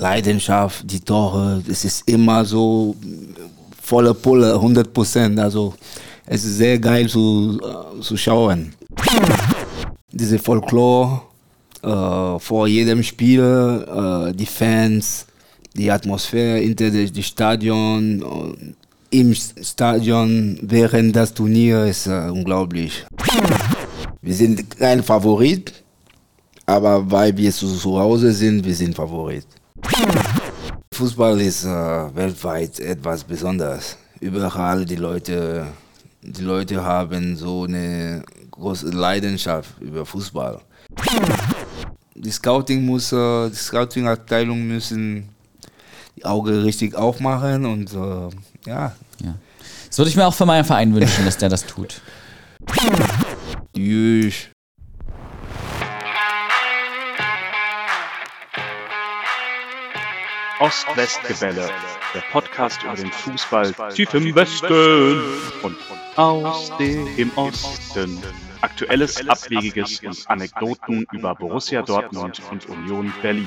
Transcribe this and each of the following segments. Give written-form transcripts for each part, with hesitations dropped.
Leidenschaft, die Tore, es ist immer so volle Pulle, 100%. Also es ist sehr geil zu schauen. Diese Folklore vor jedem Spiel, die Fans, die Atmosphäre hinter dem Stadion, im Stadion während das Turnier ist unglaublich. Wir sind kein Favorit, aber weil wir zu Hause sind, wir sind Favorit. Fußball ist weltweit etwas Besonderes. Überall die Leute haben so eine große Leidenschaft über Fußball. Die Scouting-Abteilung müssen die Augen richtig aufmachen und ja. Das würde ich mir auch für meinen Verein wünschen, dass der das tut. Tschüss. Ost-West-Gebälle, der Podcast über den Fußball tief im Westen und aus dem Osten. Aktuelles, Abwegiges und Anekdoten über Borussia Dortmund und Union Berlin.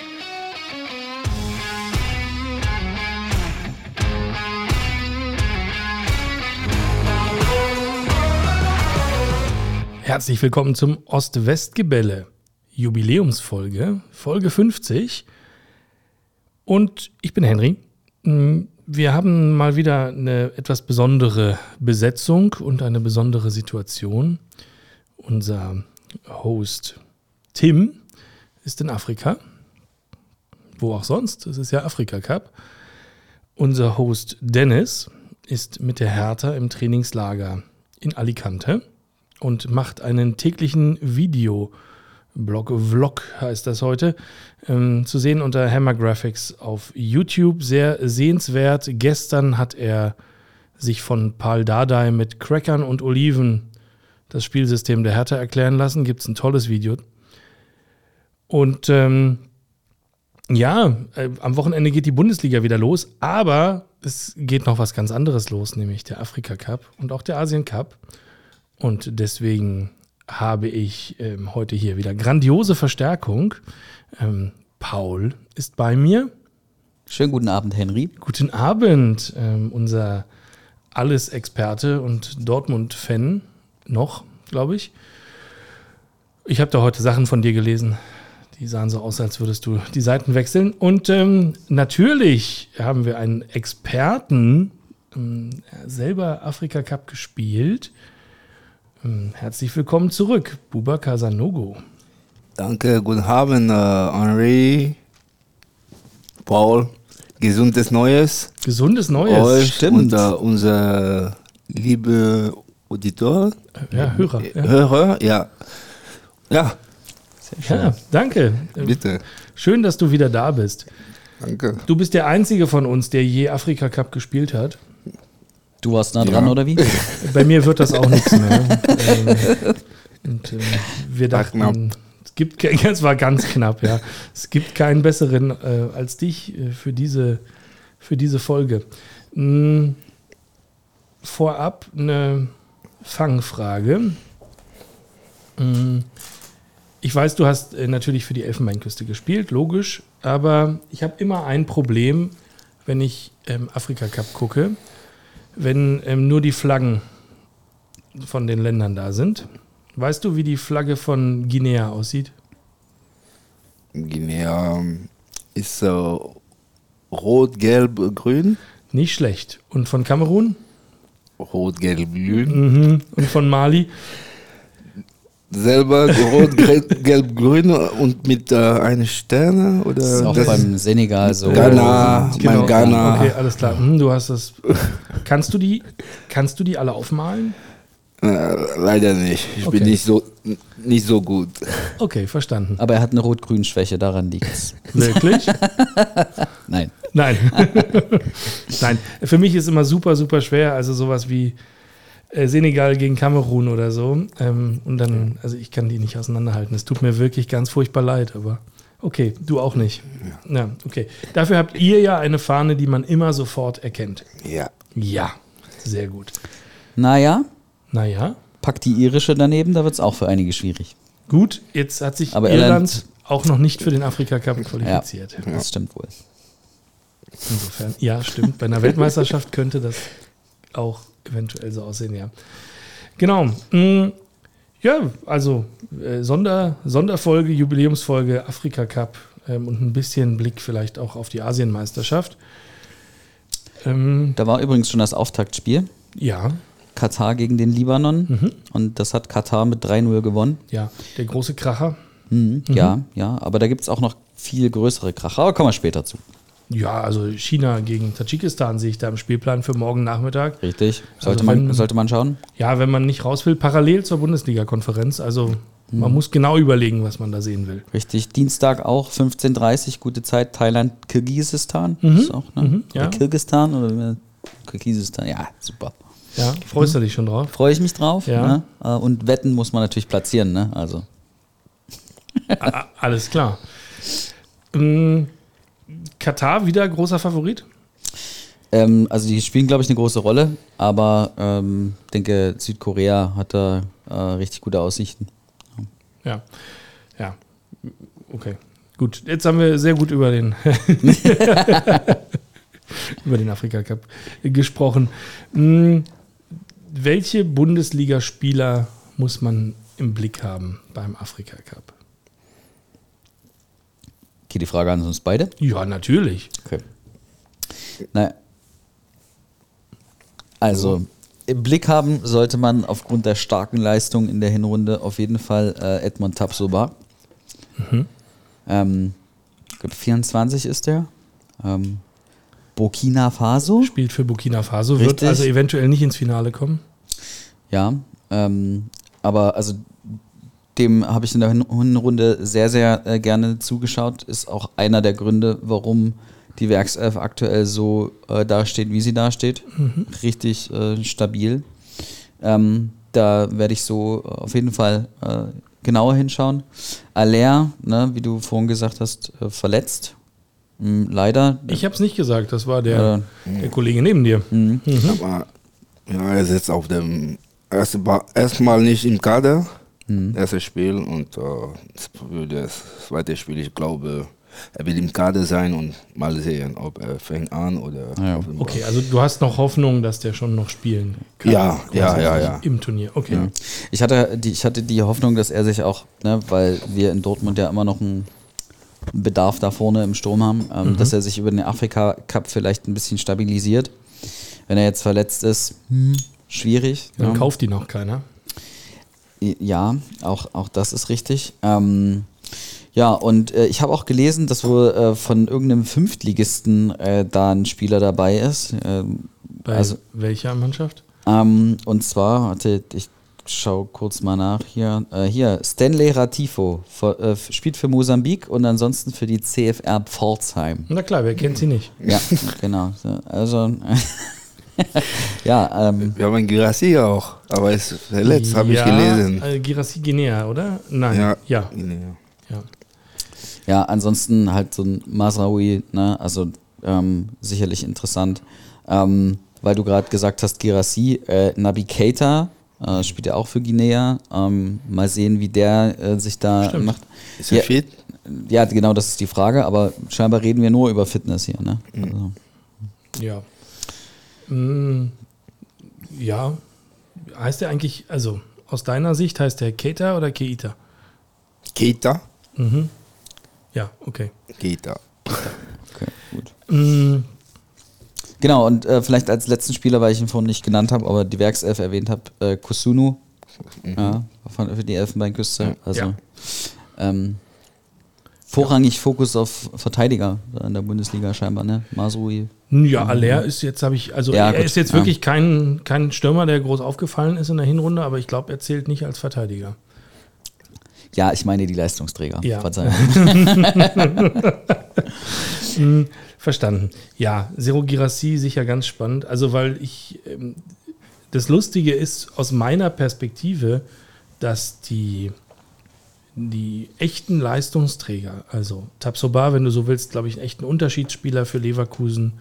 Herzlich willkommen zum Ost-West-Gebälle. Jubiläumsfolge, Folge 50. Und ich bin Henry. Wir haben mal wieder eine etwas besondere Besetzung und eine besondere Situation. Unser Host Tim ist in Afrika. Wo auch sonst, es ist ja Afrika Cup. Unser Host Dennis ist mit der Hertha im Trainingslager in Alicante und macht einen täglichen Vlog heißt das heute, zu sehen unter Hammer Graphics auf YouTube. Sehr sehenswert. Gestern hat er sich von Paul Dardai mit Crackern und Oliven das Spielsystem der Hertha erklären lassen. Gibt es ein tolles Video. Und am Wochenende geht die Bundesliga wieder los, aber es geht noch was ganz anderes los, nämlich der Afrika Cup und auch der Asien Cup. Und deswegen habe ich heute hier wieder grandiose Verstärkung. Paul ist bei mir. Schönen guten Abend, Henry. Guten Abend, unser Alles-Experte und Dortmund-Fan noch, glaube ich. Ich habe da heute Sachen von dir gelesen, die sahen so aus, als würdest du die Seiten wechseln. Und natürlich haben wir einen Experten, selber Afrika Cup gespielt. Herzlich willkommen zurück, Boubacar Sanogo. Danke, guten Abend, Henri, Paul. Gesundes Neues. Gesundes Neues, euch stimmt. Und unser liebe Auditor. Ja, Hörer. Hörer, ja. Ja. Ja, danke. Bitte. Schön, dass du wieder da bist. Danke. Du bist der Einzige von uns, der je Afrika Cup gespielt hat. Du warst nah dran, oder wie? Bei mir wird das auch nichts mehr. Wir dachten, es war ganz knapp, ja. Es gibt keinen besseren als dich für diese Folge. Vorab eine Fangfrage. Ich weiß, du hast natürlich für die Elfenbeinküste gespielt, logisch, aber ich habe immer ein Problem, wenn ich Afrika Cup gucke, wenn nur die Flaggen von den Ländern da sind. Weißt du, wie die Flagge von Guinea aussieht? Guinea ist rot, gelb, grün. Nicht schlecht. Und von Kamerun? Rot, gelb, grün. Und von Mali? Selber rot, gelb, grün und mit einer Sterne? Oder das ist auch beim Senegal so. Ghana, Genau. Ghana. Okay, alles klar. Du hast das. Kannst du die alle aufmalen? Leider nicht. Ich bin nicht so gut. Okay, verstanden. Aber er hat eine Rot-Grün-Schwäche, daran liegt's. Wirklich? Nein. Nein. Nein. Für mich ist immer super, super schwer. Also sowas wie Senegal gegen Kamerun oder so. Und dann, also ich kann die nicht auseinanderhalten. Es tut mir wirklich ganz furchtbar leid, aber okay, du auch nicht. Ja, okay. Dafür habt ihr ja eine Fahne, die man immer sofort erkennt. Ja. Ja, sehr gut. Naja, Naja, pack die irische daneben, da wird's auch für einige schwierig. gut, jetzt hat sich Aber Irland auch noch nicht für den Afrika-Cup qualifiziert. Ja, das stimmt wohl. Insofern, ja, stimmt. Bei einer Weltmeisterschaft könnte das auch eventuell so aussehen, ja. Genau. Ja, also Sonderfolge, Jubiläumsfolge, Afrika-Cup und ein bisschen Blick vielleicht auch auf die Asienmeisterschaft. Da war übrigens schon das Auftaktspiel. Ja. Katar gegen den Libanon. Und das hat Katar mit 3-0 gewonnen. Ja, der große Kracher. Ja, aber da gibt es auch noch viel größere Kracher. Aber kommen wir später zu. Ja, also China gegen Tadschikistan sehe ich da im Spielplan für morgen Nachmittag. Richtig. Also Sollte man schauen? Ja, wenn man nicht raus will, parallel zur Bundesliga-Konferenz. Also man muss genau überlegen, was man da sehen will. Richtig. Dienstag auch 15:30 Uhr, gute Zeit. Thailand, Kirgisistan. Ist auch, ne? Ja. Oder Kirgistan oder Kirgisistan. Ja, super. Ja, freust du dich schon drauf? Freue ich mich drauf. Ja. Ne? Und Wetten muss man natürlich platzieren. Ne? Also. Alles klar. Katar wieder großer Favorit? Also die spielen, glaube ich, eine große Rolle, aber ich denke, Südkorea hat da richtig gute Aussichten. Ja, okay. Gut, jetzt haben wir sehr gut über den über den Afrika-Cup gesprochen. Welche Bundesligaspieler muss man im Blick haben beim Afrika-Cup? Geht die Frage an uns beide? Ja, natürlich. Okay. Naja. Also, im Blick haben sollte man aufgrund der starken Leistung in der Hinrunde auf jeden Fall Edmond Tapsoba. Ich glaube 24 ist der. Burkina Faso. Spielt für Burkina Faso, wird Richtig. also eventuell nicht ins Finale kommen. Ja, aber also dem habe ich in der Hinrunde sehr, sehr gerne zugeschaut. Ist auch einer der Gründe, warum die Werkself aktuell so dasteht, wie sie dasteht. Richtig stabil. Da werde ich so auf jeden Fall genauer hinschauen. Aller, ne, wie du vorhin gesagt hast, verletzt. Leider. Ich habe es nicht gesagt, das war der Kollege neben dir. Aber ja, er ist jetzt auf dem erstmal nicht im Kader. Erstes Spiel und für das zweite Spiel, ich glaube, er wird im Kader sein und mal sehen, ob er fängt an oder auf dem Okay, also du hast noch Hoffnung, dass der schon noch spielen kann. Ja. Im Turnier, okay. Ja. Ich hatte die Hoffnung, dass er sich auch, ne, weil wir in Dortmund ja immer noch einen Bedarf da vorne im Sturm haben, dass er sich über den Afrika-Cup vielleicht ein bisschen stabilisiert. Wenn er jetzt verletzt ist, schwierig. Dann ja. kauft die noch keiner. Ja, auch das ist richtig. Ja, und ich habe auch gelesen, dass wohl von irgendeinem Fünftligisten da ein Spieler dabei ist. Bei welcher Mannschaft? Und zwar, warte, ich schaue kurz mal nach hier. Hier, Stanley Ratifo spielt für Mosambik und ansonsten für die CFR Pforzheim. Na klar, wer kennt sie nicht? Ja, genau. Also, ja. Wir haben einen Girassi auch, aber er ist verletzt, habe ich gelesen. Girassi Guinea, oder? Nein. Ja. Ja, ansonsten halt so ein Masraoui, ne, also sicherlich interessant. Weil du gerade gesagt hast, Girassi, Naby Keita spielt ja auch für Guinea. Mal sehen, wie der sich da macht. Ist er fit? Ja, genau, das ist die Frage, aber scheinbar reden wir nur über Fitness hier, ne? Also. Ja. Ja. Heißt der eigentlich, also aus deiner Sicht heißt der Keita oder Keita? Keita? Ja, okay. Keita. Okay, gut. Genau, und vielleicht als letzten Spieler, weil ich ihn vorhin nicht genannt habe, aber die Werkself erwähnt habe, Kusunu für die Elfenbeinküste. Also vorrangig Fokus auf Verteidiger in der Bundesliga scheinbar, ne? Masrui. Ja, Aller ist jetzt, er ist jetzt wirklich kein Stürmer, der groß aufgefallen ist in der Hinrunde, aber ich glaube, er zählt nicht als Verteidiger. Ja, ich meine die Leistungsträger. Ja. Verzeihung. Verstanden. Ja, Zero Girassi sicher ganz spannend. Also, weil das Lustige ist aus meiner Perspektive, dass die echten Leistungsträger, also Tapsoba, wenn du so willst, glaube ich, einen echten Unterschiedsspieler für Leverkusen,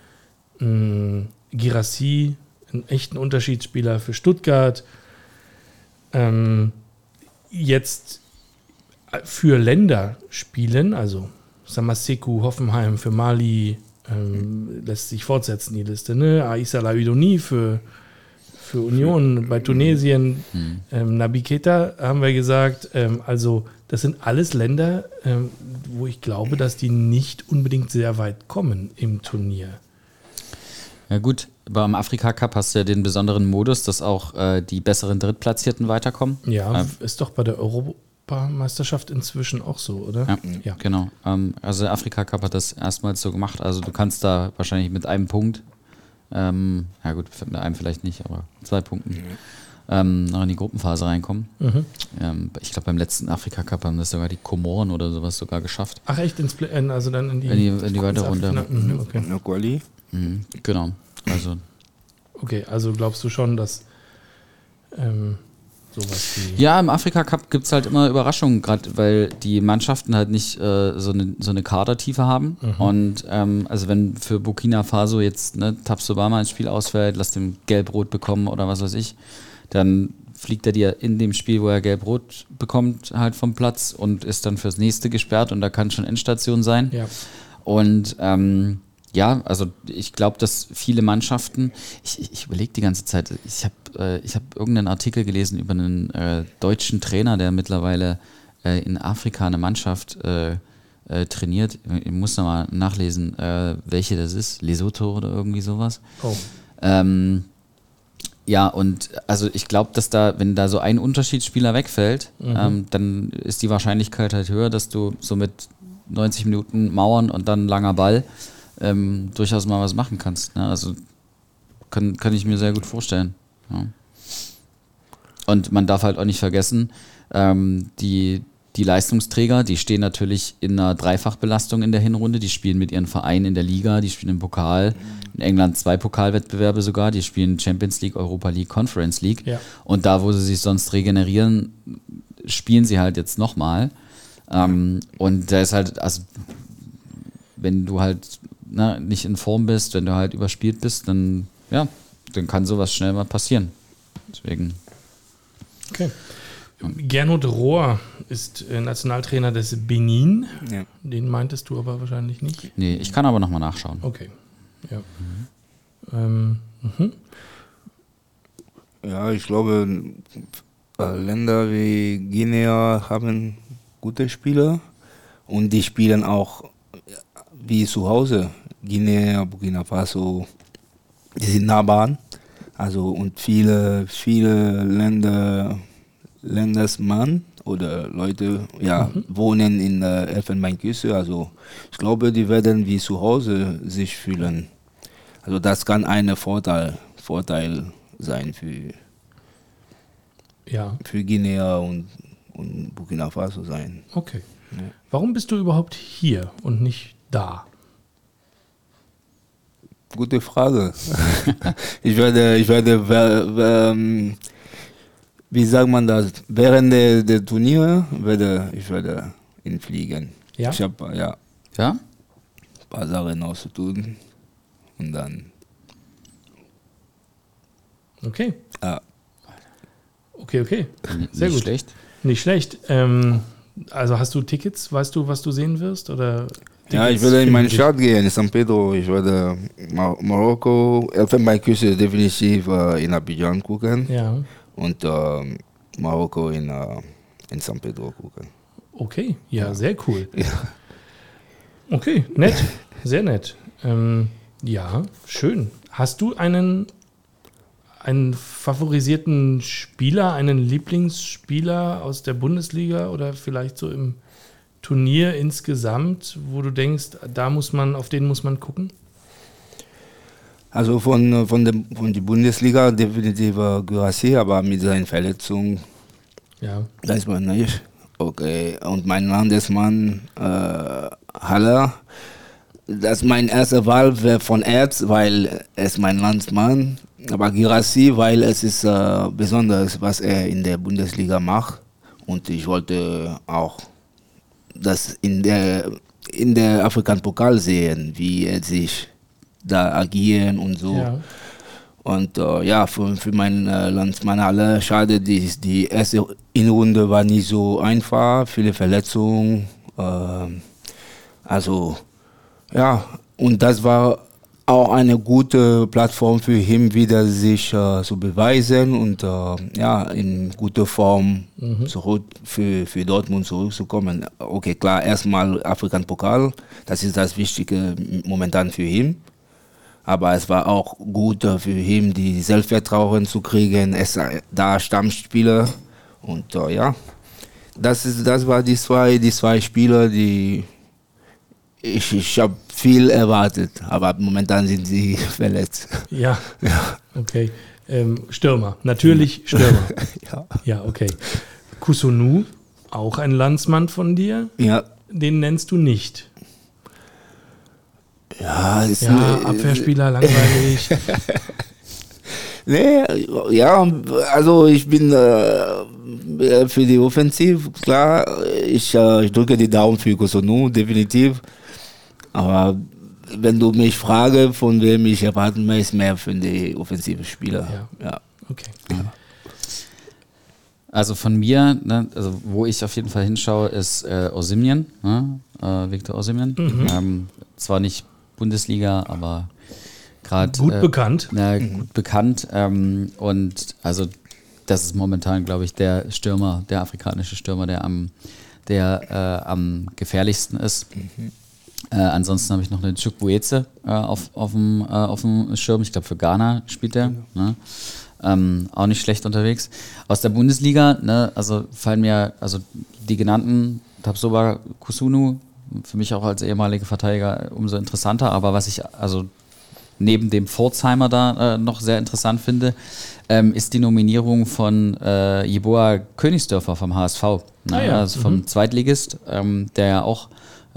Girassi, einen echten Unterschiedsspieler für Stuttgart, jetzt für Länder spielen, also Samaseku, Hoffenheim für Mali, lässt sich fortsetzen, die Liste, ne? Aissa Laüdoni für Union bei Tunesien, Naby Keita haben wir gesagt, also das sind alles Länder, wo ich glaube, dass die nicht unbedingt sehr weit kommen im Turnier. Ja gut, beim Afrika-Cup hast du ja den besonderen Modus, dass auch die besseren Drittplatzierten weiterkommen. Ja, ist doch bei der Europameisterschaft inzwischen auch so, oder? Ja. Genau. Also der Afrika-Cup hat das erstmals so gemacht, also du kannst da wahrscheinlich mit einem Punkt, ja gut, mit einem vielleicht nicht, aber 2 Punkten noch in die Gruppenphase reinkommen. Ich glaube, beim letzten Afrika-Cup haben das sogar die Komoren oder sowas sogar geschafft. Ach echt, also dann in die weitere Runde. Okay. Quali. Genau. Okay, also glaubst du schon, dass sowas wie... Ja, im Afrika-Cup gibt es halt immer Überraschungen, gerade weil die Mannschaften halt nicht so eine Kadertiefe haben. Und also wenn für Burkina Faso jetzt Tabsobama ins Spiel ausfällt, lass den Gelb-Rot bekommen oder was weiß ich, dann fliegt er dir in dem Spiel, wo er Gelb-Rot bekommt, halt vom Platz und ist dann fürs nächste gesperrt und da kann schon Endstation sein. Ja. Und ja, also ich glaube, dass viele Mannschaften, ich überlege die ganze Zeit, ich hab irgendeinen Artikel gelesen über einen deutschen Trainer, der mittlerweile in Afrika eine Mannschaft trainiert. Ich muss nochmal nachlesen, welche das ist, Lesotho oder irgendwie sowas. Oh. Ja, und also ich glaube, dass wenn da so ein Unterschiedsspieler wegfällt, dann ist die Wahrscheinlichkeit halt höher, dass du so mit 90 Minuten Mauern und dann langer Ball durchaus mal was machen kannst. Ne? Also kann ich mir sehr gut vorstellen. Ja. Und man darf halt auch nicht vergessen, die Leistungsträger, die stehen natürlich in einer Dreifachbelastung in der Hinrunde, die spielen mit ihren Vereinen in der Liga, die spielen im Pokal, in England 2 Pokalwettbewerbe sogar, die spielen Champions League, Europa League, Conference League. Ja. Und da, wo sie sich sonst regenerieren, spielen sie halt jetzt nochmal. Und da ist halt, also wenn du halt nicht in Form bist, wenn du halt überspielt bist, dann kann sowas schnell mal passieren. Deswegen. Okay. Gernot Rohr ist Nationaltrainer des Benin. Ja. Den meintest du aber wahrscheinlich nicht. Nee, ich kann aber nochmal nachschauen. Okay. Ja. Ja, ich glaube, Länder wie Guinea haben gute Spieler und die spielen auch wie zu Hause. Guinea, Burkina Faso, die sind nah dran. Also und viele Ländersmann oder Leute wohnen in der Elfenbeinküste. Also ich glaube, die werden wie zu Hause sich fühlen. Also das kann ein Vorteil sein für Guinea und Burkina Faso sein. Okay. Ja. Warum bist du überhaupt hier und nicht da? Gute Frage. Ich werde wie sagt man das? Während der Turniere werde ich hinfliegen. Ja? Ich habe ein paar Sachen auszutun und dann. Okay. Ja. Okay. Sehr gut. Schlecht. Nicht schlecht. Also hast du Tickets? Weißt du, was du sehen wirst? Oder ja, ich werde in meine Stadt gehen, in San Pedro. Ich werde Marokko, Elfenbeinküste definitiv in Abidjan gucken. Ja. Und Marokko in San Pedro gucken. Okay, ja, sehr cool. Ja. Okay, nett, sehr nett. Ja, schön. Hast du einen favorisierten Spieler, einen Lieblingsspieler aus der Bundesliga oder vielleicht so im Turnier insgesamt, wo du denkst, auf den muss man gucken? Also von der Bundesliga definitiv Guirassy, aber mit seinen Verletzungen weiß man nicht. Okay, und mein Landesmann Haller, das ist meine erste Wahl von Erz, weil er ist mein Landsmann. Aber Guirassy, weil es ist besonders, was er in der Bundesliga macht. Und ich wollte auch das in der Afrikan-Pokal sehen, wie er sich da agieren und so. Ja. Und für meinen Landsmann alle schade, die erste Hinrunde war nicht so einfach, viele Verletzungen. Und das war auch eine gute Plattform für ihn, wieder sich zu beweisen und in guter Form zurück für Dortmund zurückzukommen. Okay, klar, erstmal Afrikan-Pokal, das ist das Wichtige momentan für ihn. Aber es war auch gut für ihn, die Selbstvertrauen zu kriegen. Er ist da Stammspieler und das war die zwei Spieler, die ich habe viel erwartet, aber momentan sind sie verletzt. Ja. Okay. Stürmer, natürlich Stürmer. Ja, okay. Kusunu, auch ein Landsmann von dir? Ja. Den nennst du nicht? Ja, Abwehrspieler, langweilig. Nee, also ich bin für die Offensive, klar, ich drücke die Daumen für Kusunu, definitiv. Aber wenn du mich fragst, von wem ich erwarten möchte, ist mehr für die offensive Spieler. Ja. Okay. Ja. Also von mir, ne, also wo ich auf jeden Fall hinschaue, ist Osimhen, ne? Victor Osimhen. Zwar nicht Bundesliga, aber gerade gut bekannt. Gut bekannt. Und also das ist momentan, glaube ich, der afrikanische Stürmer, der am gefährlichsten ist. Ansonsten habe ich noch einen Chukwueze auf dem Schirm. Ich glaube, für Ghana spielt er. Ne? Auch nicht schlecht unterwegs. Aus der Bundesliga, ne, also fallen mir also die genannten Tapsoba, Kusunu, für mich auch als ehemaliger Verteidiger umso interessanter. Aber was ich also neben dem Pforzheimer da noch sehr interessant finde, ist die Nominierung von Jeboa Königsdörfer vom HSV. Ne? Also vom Zweitligist, der ja auch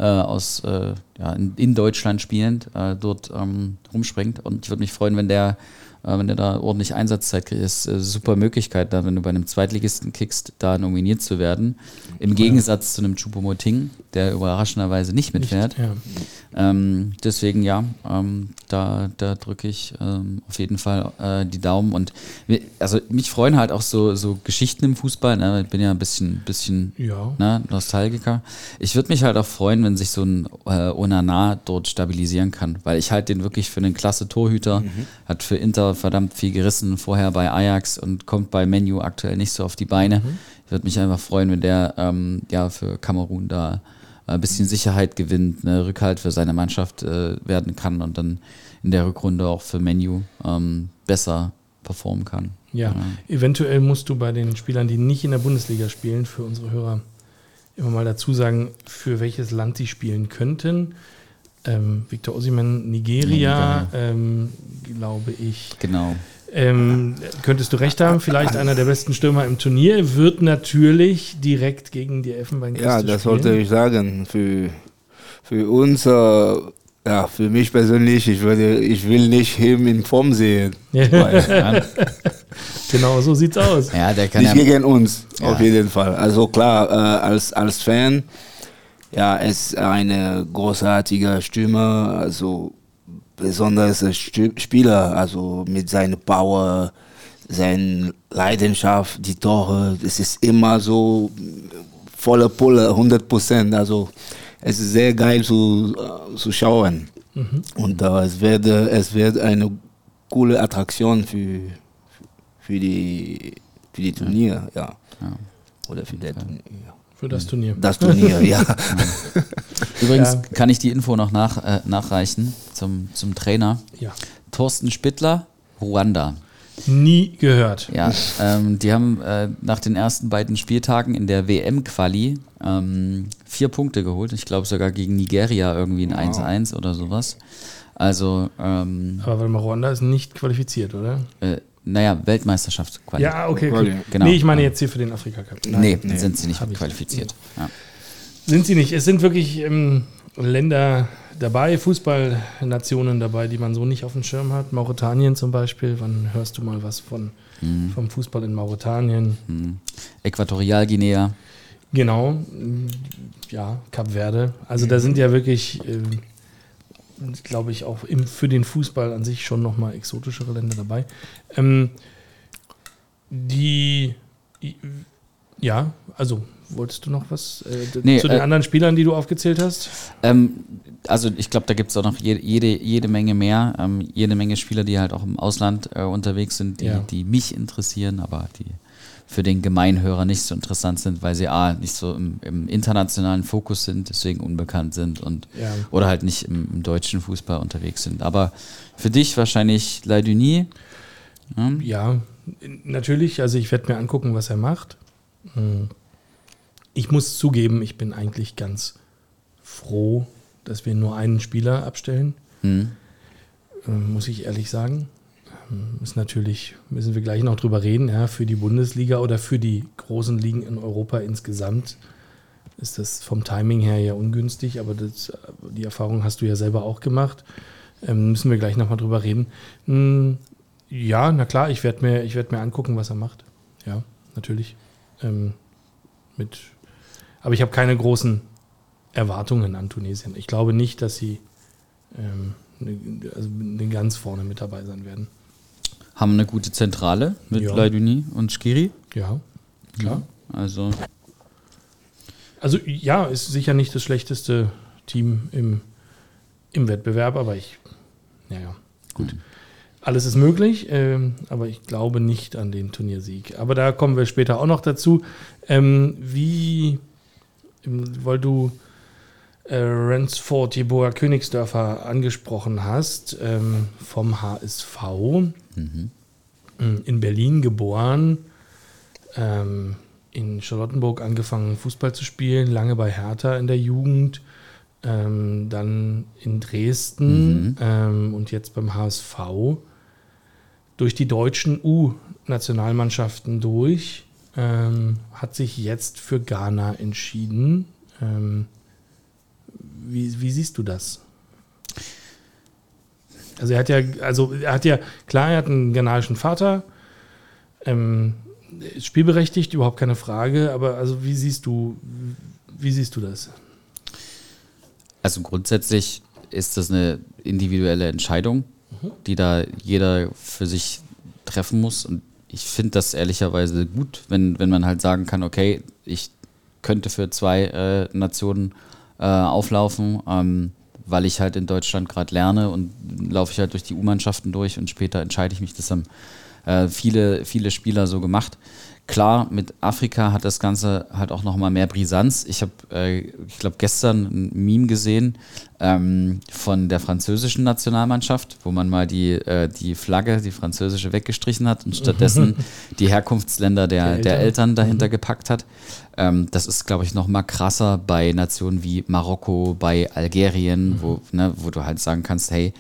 in Deutschland spielend dort rumspringt. Und ich würde mich freuen, wenn der da ordentlich Einsatzzeit kriegt. Das ist eine super Möglichkeit, da, wenn du bei einem Zweitligisten kickst, da nominiert zu werden. Im Gegensatz zu einem Choupo-Moting, der überraschenderweise nicht mitfährt. Deswegen da drücke ich auf jeden Fall die Daumen. Und mich freuen halt auch so Geschichten im Fußball. Ne? Ich bin ja ein bisschen Nostalgiker. Ich würde mich halt auch freuen, wenn sich so ein Onana dort stabilisieren kann, weil ich halte den wirklich für einen klasse Torhüter, hat für Inter verdammt viel gerissen, vorher bei Ajax und kommt bei Man U aktuell nicht so auf die Beine. Ich würde mich einfach freuen, wenn der für Kamerun da ein bisschen Sicherheit gewinnt, ne, Rückhalt für seine Mannschaft werden kann und dann in der Rückrunde auch für Man U besser performen kann. Ja, eventuell musst du bei den Spielern, die nicht in der Bundesliga spielen, für unsere Hörer immer mal dazu sagen, für welches Land sie spielen könnten. Victor Osimhen, Nigeria, glaube ich. Genau. Könntest du recht haben, vielleicht einer der besten Stürmer im Turnier, wird natürlich direkt gegen die Elfenbeinküste spielen. Ja, das wollte ich sagen. Für uns, für mich persönlich, ich will nicht ihn in Form sehen. Genau, so sieht's aus. Ja, der kann nicht gegen uns, auf jeden Fall. Also klar, als Fan, er ist ein großartiger Stürmer, also besonders Spieler, also mit seiner Power, seiner Leidenschaft, die Tore, es ist immer so voller Pulle, 100%. Also es ist sehr geil zu schauen. Und es wird eine coole Attraktion für die Turnier, Oder für das Turnier. Für das Turnier. Das Turnier, ja. Übrigens kann ich die Info noch nachreichen zum Trainer. Ja. Thorsten Spittler, Ruanda. Nie gehört. Ja, die haben nach den ersten beiden Spieltagen in der WM-Quali 4 Punkte geholt. Ich glaube sogar gegen Nigeria irgendwie ein 1-1 oder sowas. Also aber weil Ruanda ist nicht qualifiziert, oder? Weltmeisterschaftsquali. Ja, okay. Genau. Nee, ich meine jetzt hier für den Afrika-Cup. Nee, sind sie nicht qualifiziert. Ja. Sind sie nicht. Es sind wirklich Länder dabei, Fußballnationen dabei, die man so nicht auf dem Schirm hat. Mauretanien zum Beispiel. Wann hörst du mal was vom Fußball in Mauretanien? Äquatorialguinea. Genau. Ja, Kap Verde. Also da sind ja wirklich glaube ich, auch für den Fußball an sich schon nochmal exotischere Länder dabei. Ja, also wolltest du noch was zu den anderen Spielern, die du aufgezählt hast? Also ich glaube, da gibt es auch noch jede Menge mehr, jede Menge Spieler, die halt auch im Ausland unterwegs sind, die mich interessieren, aber die für den Gemeinhörer nicht so interessant sind, weil sie nicht so im internationalen Fokus sind, deswegen unbekannt sind oder halt nicht im deutschen Fußball unterwegs sind. Aber für dich wahrscheinlich Laiduni. Ja, natürlich. Also ich werde mir angucken, was er macht. Ich muss zugeben, ich bin eigentlich ganz froh, dass wir nur einen Spieler abstellen. Muss ich ehrlich sagen. Müssen wir gleich noch drüber reden, ja, für die Bundesliga oder für die großen Ligen in Europa insgesamt ist das vom Timing her ja ungünstig, aber die Erfahrung hast du ja selber auch gemacht. Müssen wir gleich nochmal drüber reden. Ja, na klar, ich werd mir angucken, was er macht. Ja, natürlich. Aber ich habe keine großen Erwartungen an Tunesien. Ich glaube nicht, dass sie ganz vorne mit dabei sein werden. Haben eine gute Zentrale mit Laiduni und Shqiri. Ja, klar. Also ja, ist sicher nicht das schlechteste Team im Wettbewerb, aber gut. Alles ist möglich, aber ich glaube nicht an den Turniersieg. Aber da kommen wir später auch noch dazu. Weil du Ransford, Jeboa Königsdörfer angesprochen hast, vom HSV, in Berlin geboren, in Charlottenburg angefangen Fußball zu spielen, lange bei Hertha in der Jugend, dann in Dresden und jetzt beim HSV, durch die deutschen U-Nationalmannschaften durch, hat sich jetzt für Ghana entschieden. Wie siehst du das? Also er hat einen ghanaischen Vater, ist spielberechtigt, überhaupt keine Frage, aber also wie siehst du das? Also grundsätzlich ist das eine individuelle Entscheidung, die da jeder für sich treffen muss, und ich finde das ehrlicherweise gut, wenn man halt sagen kann, okay, ich könnte für 2 Nationen auflaufen, weil ich halt in Deutschland gerade lerne, und laufe ich halt durch die U-Mannschaften durch und später entscheide ich mich. Das haben viele Spieler so gemacht. Klar, mit Afrika hat das Ganze halt auch nochmal mehr Brisanz. Ich habe, ich glaube, gestern ein Meme gesehen von der französischen Nationalmannschaft, wo man mal die Flagge, die französische, weggestrichen hat und stattdessen die Herkunftsländer der Eltern dahinter gepackt hat. Das ist, glaube ich, noch mal krasser bei Nationen wie Marokko, bei Algerien, wo du halt sagen kannst, hey,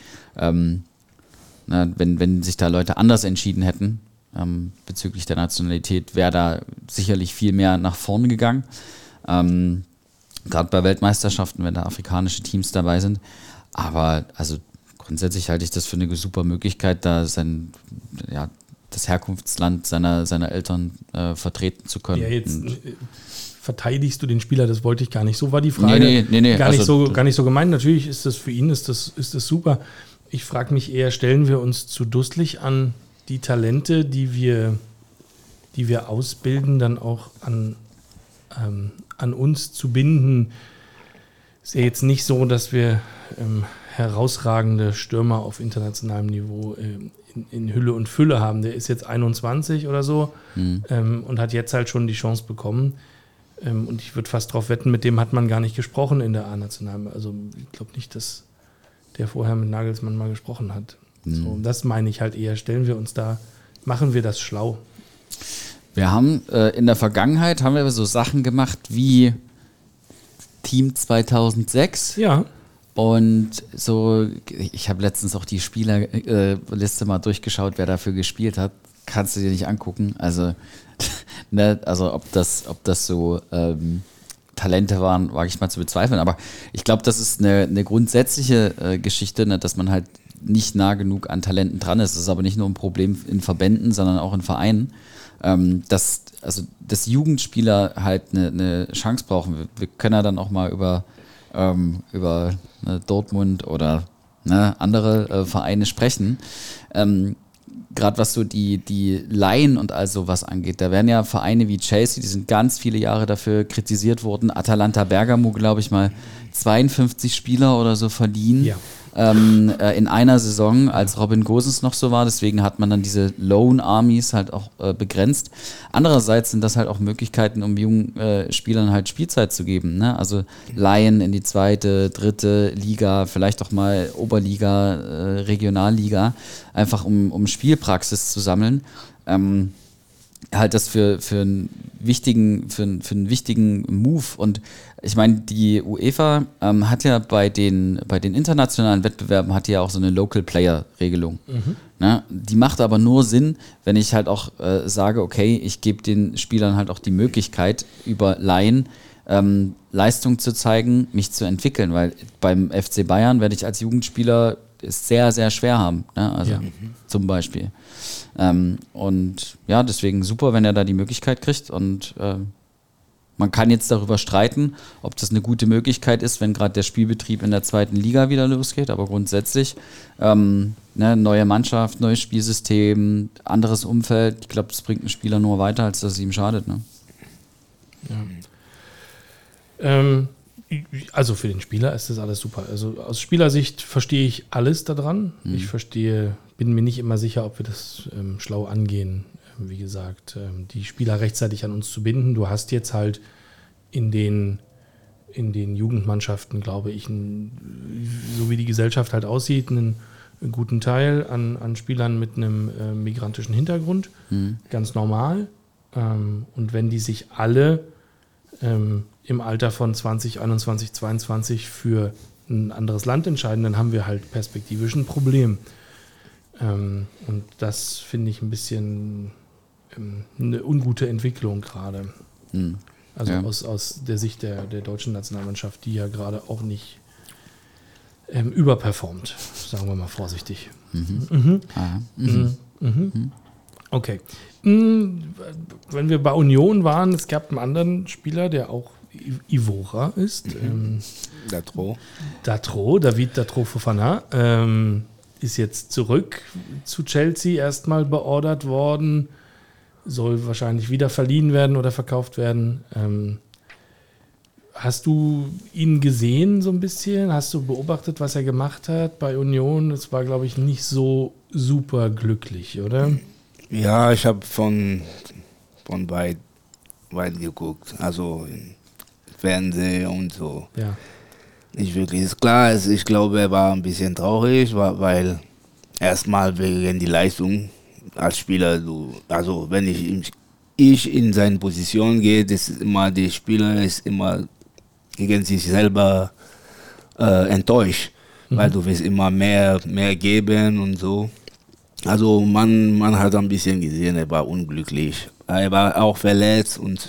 wenn sich da Leute anders entschieden hätten bezüglich der Nationalität, wäre da sicherlich viel mehr nach vorne gegangen. Gerade bei Weltmeisterschaften, wenn da afrikanische Teams dabei sind. Aber also grundsätzlich halte ich das für eine super Möglichkeit, da das Herkunftsland seiner Eltern vertreten zu können. Ja, jetzt verteidigst du den Spieler, das wollte ich gar nicht. So war die Frage. Nee. Gar nicht so gemeint. Natürlich ist das für ihn ist das super. Ich frage mich eher, stellen wir uns zu dusselig an, die Talente, die wir ausbilden, dann auch an uns zu binden? Ist ja jetzt nicht so, dass wir herausragende Stürmer auf internationalem Niveau in Hülle und Fülle haben. Der ist jetzt 21 oder so und hat jetzt halt schon die Chance bekommen. Und ich würde fast darauf wetten, mit dem hat man gar nicht gesprochen in der A-National. Also ich glaube nicht, dass der vorher mit Nagelsmann mal gesprochen hat. So, das meine ich halt eher. Machen wir das schlau? Wir haben in der Vergangenheit so Sachen gemacht wie Team 2006. Ja. Und so, ich habe letztens auch die Spielerliste mal durchgeschaut, wer dafür gespielt hat. Kannst du dir nicht angucken. Also, ob das so Talente waren, wage ich mal zu bezweifeln. Aber ich glaube, das ist eine grundsätzliche Geschichte, dass man halt nicht nah genug an Talenten dran ist. Das ist aber nicht nur ein Problem in Verbänden, sondern auch in Vereinen. Dass Jugendspieler halt eine Chance brauchen. Wir können ja dann auch mal über Dortmund oder andere Vereine sprechen. Gerade was so die Laien und all sowas angeht, da werden ja Vereine wie Chelsea, die sind ganz viele Jahre dafür kritisiert worden. Atalanta Bergamo, glaube ich mal, 52 Spieler oder so verliehen. Ja. In einer Saison, als Robin Gosens noch so war. Deswegen hat man dann diese Loan Armies halt auch begrenzt. Andererseits sind das halt auch Möglichkeiten, um jungen Spielern halt Spielzeit zu geben. Ne? Also Laien in die 2., 3. Liga, vielleicht auch mal Oberliga, Regionalliga, einfach um Spielpraxis zu sammeln. Halt das für einen wichtigen Move. Und ich meine, die UEFA hat ja bei den internationalen Wettbewerben hat die ja auch so eine Local Player Regelung. Ne? Die macht aber nur Sinn, wenn ich halt auch sage, okay, ich gebe den Spielern halt auch die Möglichkeit, über Laien Leistung zu zeigen, mich zu entwickeln, weil beim FC Bayern werde ich als Jugendspieler es sehr, sehr schwer haben. Ne? Also zum Beispiel. Und ja, deswegen super, wenn er da die Möglichkeit kriegt. Und man kann jetzt darüber streiten, ob das eine gute Möglichkeit ist, wenn gerade der Spielbetrieb in der 2. Liga wieder losgeht. Aber grundsätzlich neue Mannschaft, neues Spielsystem, anderes Umfeld. Ich glaube, das bringt einen Spieler nur weiter, als dass es ihm schadet. Ne? Ja. Also für den Spieler ist das alles super. Also aus Spielersicht verstehe ich alles daran. Ich bin mir nicht immer sicher, ob wir das schlau angehen. Wie gesagt, die Spieler rechtzeitig an uns zu binden. Du hast jetzt halt in den Jugendmannschaften, glaube ich, so wie die Gesellschaft halt aussieht, einen guten Teil an Spielern mit einem migrantischen Hintergrund. Ganz normal. Und wenn die sich alle im Alter von 20, 21, 22 für ein anderes Land entscheiden, dann haben wir halt perspektivisch ein Problem. Und das finde ich ein bisschen eine ungute Entwicklung gerade. Also aus der Sicht der deutschen Nationalmannschaft, die ja gerade auch nicht überperformt, sagen wir mal vorsichtig. Okay. Wenn wir bei Union waren, es gab einen anderen Spieler, der auch Ivora ist. David Datro Fofana. Ist jetzt zurück zu Chelsea erstmal beordert worden. Soll wahrscheinlich wieder verliehen werden oder verkauft werden. Hast du ihn gesehen so ein bisschen? Hast du beobachtet, was er gemacht hat bei Union? Es war, glaube ich, nicht so super glücklich, oder? Ja, ich habe von weit geguckt, also im Fernsehen und so. Ja. Nicht wirklich. Ist klar, ich glaube, er war ein bisschen traurig, weil erstmal wegen die Leistung als Spieler, also wenn ich in seine Position gehe, das ist immer, der Spieler ist immer gegen sich selber enttäuscht, weil du willst immer mehr geben und so. Also man hat ein bisschen gesehen, er war unglücklich. Er war auch verletzt und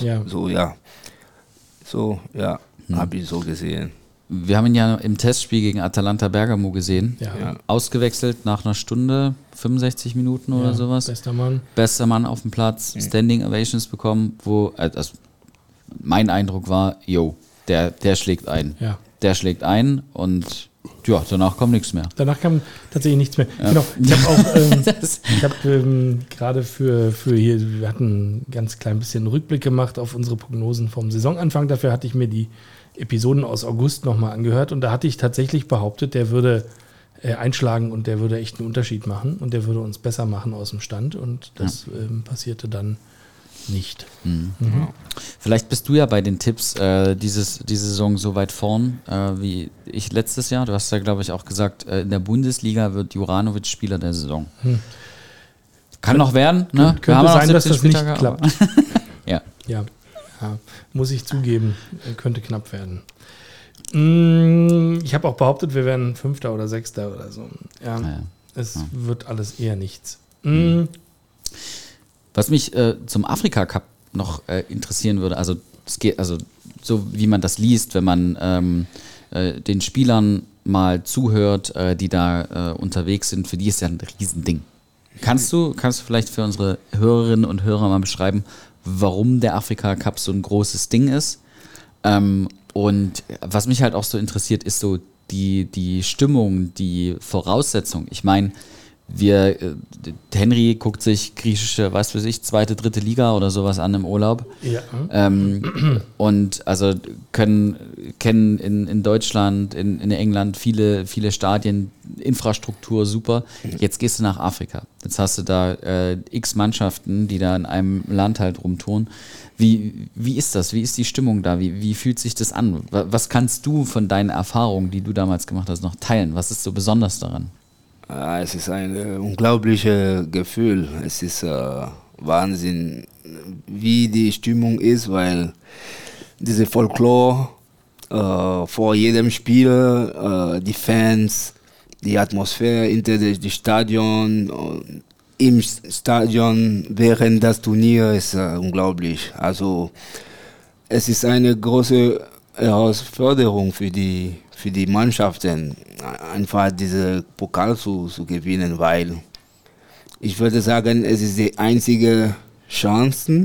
habe ich so gesehen. Wir haben ihn ja im Testspiel gegen Atalanta Bergamo gesehen. Ja. Ausgewechselt nach einer Stunde, 65 Minuten oder sowas. Bester Mann auf dem Platz, Standing Ovations bekommen, wo mein Eindruck war, der schlägt ein. Ja. Der schlägt ein und danach kommt nichts mehr. Danach kam tatsächlich nichts mehr. Ja. Genau. Ich habe auch gerade für hier, wir hatten ein ganz klein bisschen Rückblick gemacht auf unsere Prognosen vom Saisonanfang. Dafür hatte ich mir die Episoden aus August nochmal angehört und da hatte ich tatsächlich behauptet, der würde einschlagen und der würde echt einen Unterschied machen und der würde uns besser machen aus dem Stand und das passierte dann nicht. Vielleicht bist du ja bei den Tipps diese Saison so weit vorn wie ich letztes Jahr. Du hast ja, glaube ich, auch gesagt, in der Bundesliga wird Juranovic Spieler der Saison. Kann noch werden. Ne? Könnte sein, dass das nicht klappt. Ja, muss ich zugeben. Könnte knapp werden. Ich habe auch behauptet, wir wären 5. oder 6. oder so. Es wird alles eher nichts. Was mich zum Afrika-Cup noch interessieren würde, also so wie man das liest, wenn man den Spielern mal zuhört, die da unterwegs sind, für die ist ja ein Riesending. Kannst du vielleicht für unsere Hörerinnen und Hörer mal beschreiben, warum der Afrika-Cup so ein großes Ding ist? Und was mich halt auch so interessiert, ist so die Stimmung, die Voraussetzung. Ich meine, Henry guckt sich griechische, weiß für sich, 2., 3. Liga oder sowas an im Urlaub. Ja. Und also kennen in Deutschland, in England viele Stadien, Infrastruktur super. Jetzt gehst du nach Afrika. Jetzt hast du da x Mannschaften, die da in einem Land halt rumtouren. Wie ist das? Wie ist die Stimmung da? Wie fühlt sich das an? Was kannst du von deinen Erfahrungen, die du damals gemacht hast, noch teilen? Was ist so besonders daran? Es ist ein unglaubliches Gefühl. Es ist Wahnsinn, wie die Stimmung ist, weil diese Folklore vor jedem Spiel, die Fans, die Atmosphäre hinter dem Stadion, im Stadion während das Turnier ist unglaublich. Also es ist eine große Herausforderung für die Mannschaften, einfach diese Pokal zu gewinnen, weil ich würde sagen, es ist die einzige Chance,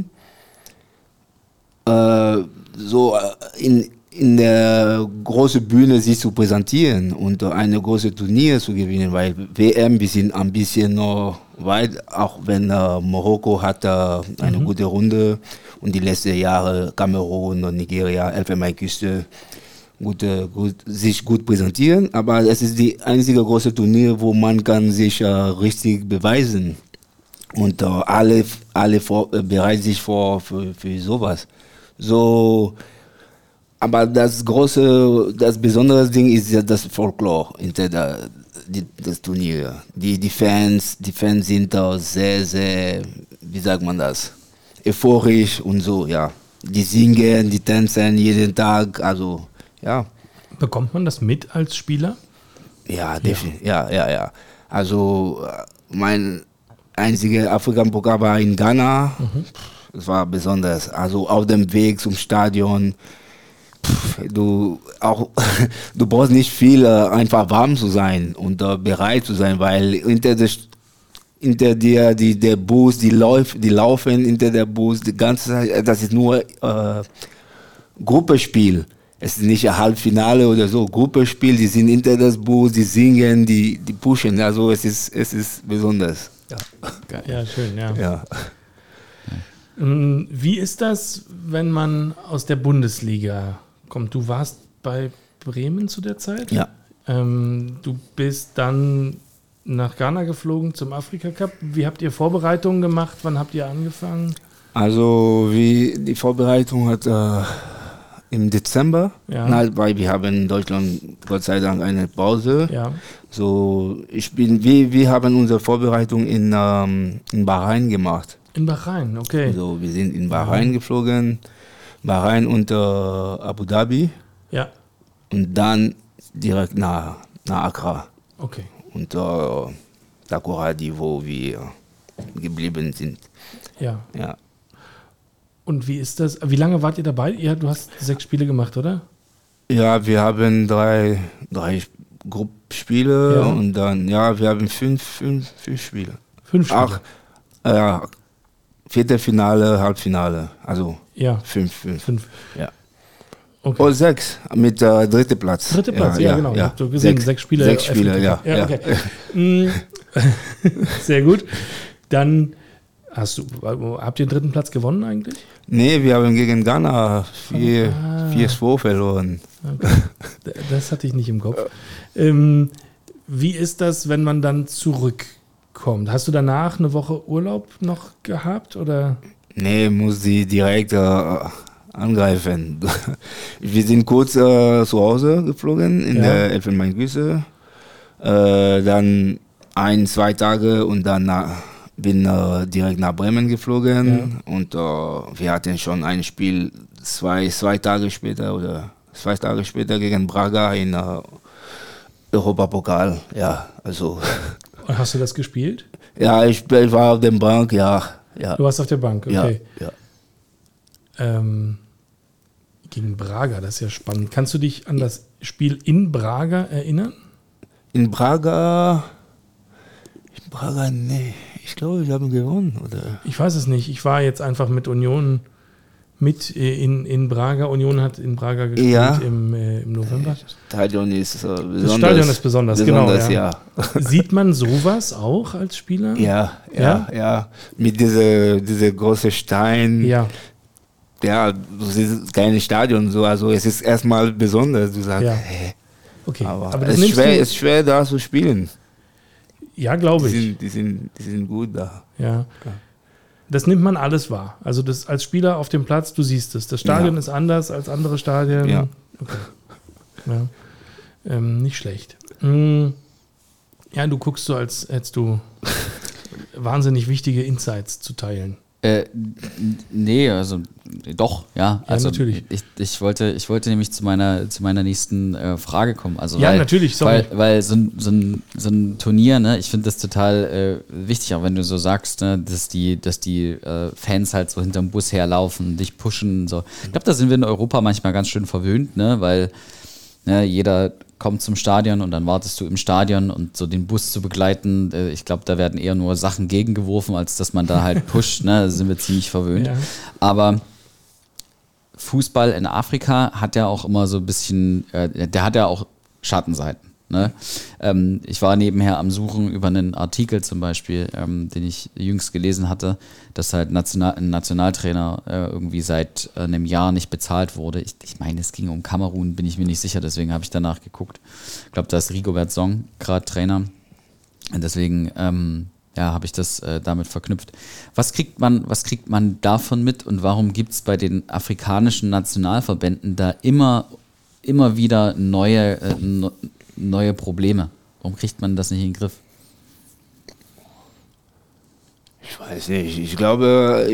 so in der großen Bühne sich zu präsentieren und eine große Turnier zu gewinnen, weil WM, wir sind ein bisschen noch weit, auch wenn Marokko hat eine gute Runde und die letzten Jahre Kamerun und Nigeria, Elfenbeinküste, sich gut präsentieren, aber es ist die einzige große Turnier, wo man kann sich richtig beweisen und alle bereiten sich vor für sowas. So, aber das besondere Ding ist ja das Folklore hinter das Turnier. Die Fans sind da sehr, sehr, wie sagt man das, euphorisch und so, ja. Die singen, die tanzen jeden Tag, also ja. Bekommt man das mit als Spieler? Ja, definitiv. Ja. Also mein einziger Afrika-Pokal war in Ghana. Das war besonders. Also auf dem Weg zum Stadion. Du brauchst nicht viel, einfach warm zu sein und bereit zu sein, weil hinter dir der Bus, die laufen hinter der Bus die ganze Zeit. Das ist nur Gruppenspiel. Es ist nicht ein Halbfinale oder so, Gruppenspiel, die sind hinter das Bus, die singen, die pushen, also es ist besonders. Ja, ja schön, ja. Ja. Wie ist das, wenn man aus der Bundesliga kommt? Du warst bei Bremen zu der Zeit? Ja. Du bist dann nach Ghana geflogen zum Afrika Cup. Wie habt ihr Vorbereitungen gemacht? Wann habt ihr angefangen? Also die Vorbereitung hat im Dezember, weil wir haben in Deutschland Gott sei Dank eine Pause. Ja. So, wir haben unsere Vorbereitung in Bahrain gemacht. In Bahrain, okay. Also wir sind in Bahrain geflogen, Bahrain und Abu Dhabi. Ja. Und dann direkt nach Accra. Okay. Und Takoradi, wo wir geblieben sind. Ja. Ja. Und wie ist das? Wie lange wart ihr dabei? Du hast 6 Spiele gemacht, oder? Ja, wir haben drei Gruppenspiele und dann, wir haben fünf Spiele. 5 Spiele? Viertelfinale, Halbfinale, also 5. Ja. Okay. Oder 6 mit dritter Platz. Dritter Platz, ja genau. Ja. Habt ihr gesehen, 6 Spiele. 6 Spiele, ja. Okay. Sehr gut. Dann habt ihr den 3. Platz gewonnen eigentlich? Nee, wir haben gegen Ghana 4-2 verloren. Okay. Das hatte ich nicht im Kopf. Wie ist das, wenn man dann zurückkommt? Hast du danach eine Woche Urlaub noch gehabt? Oder? Nee, muss die direkt angreifen. Wir sind kurz zu Hause geflogen in der Elfenbeinküste. Dann 1-2 Tage und dann bin direkt nach Bremen geflogen und wir hatten schon ein Spiel 2 Tage später gegen Braga in Europapokal. Ja, also. Und hast du das gespielt? Ja, ich war auf der Bank, ja. Du warst auf der Bank, okay. Ja. Gegen Braga, das ist ja spannend. Kannst du dich an das Spiel in Braga erinnern? In Braga, nee. Ich glaube, wir haben gewonnen, oder? Ich weiß es nicht. Ich war jetzt einfach mit Union mit in Braga. Union hat in Braga gespielt im November. Stadion ist besonders. Das Stadion ist besonders, genau. Ja. Sieht man sowas auch als Spieler? Ja. Mit dieser großen Stein. Ja. Ja, das ist kein Stadion so. Also es ist erstmal besonders. Du sagst, okay. Aber es ist schwer da zu spielen. Ja, glaube ich. Die sind gut da. Ja. Das nimmt man alles wahr. Also das als Spieler auf dem Platz, du siehst es. Das Stadion ist anders als andere Stadien. Ja. Okay. Ja. Nicht schlecht. Ja, du guckst so, als hättest du wahnsinnig wichtige Insights zu teilen. Nee, also doch, ja. Also natürlich. Ich wollte nämlich zu meiner nächsten Frage kommen. Also ja, natürlich, sorry. Weil so ein Turnier, ne, ich finde das total wichtig, auch wenn du so sagst, ne, dass die Fans halt so hinterm Bus herlaufen, dich pushen. So. Ich glaube, da sind wir in Europa manchmal ganz schön verwöhnt, ne, weil jeder kommt zum Stadion und dann wartest du im Stadion und so den Bus zu begleiten, ich glaube, da werden eher nur Sachen gegengeworfen, als dass man da halt pusht, ne? Da sind wir ziemlich verwöhnt. Ja. Aber Fußball in Afrika hat ja auch immer so ein bisschen, der hat ja auch Schattenseiten. Ne? Ich war nebenher am Suchen über einen Artikel zum Beispiel, den ich jüngst gelesen hatte, dass halt ein Nationaltrainer irgendwie seit einem Jahr nicht bezahlt wurde. Ich meine, es ging um Kamerun, bin ich mir nicht sicher, deswegen habe ich danach geguckt. Ich glaube, da ist Rigobert Song gerade Trainer. Und deswegen habe ich das damit verknüpft. Was kriegt man davon mit und warum gibt es bei den afrikanischen Nationalverbänden da immer wieder neue Probleme? Warum kriegt man das nicht in den Griff? Ich weiß nicht. Ich glaube,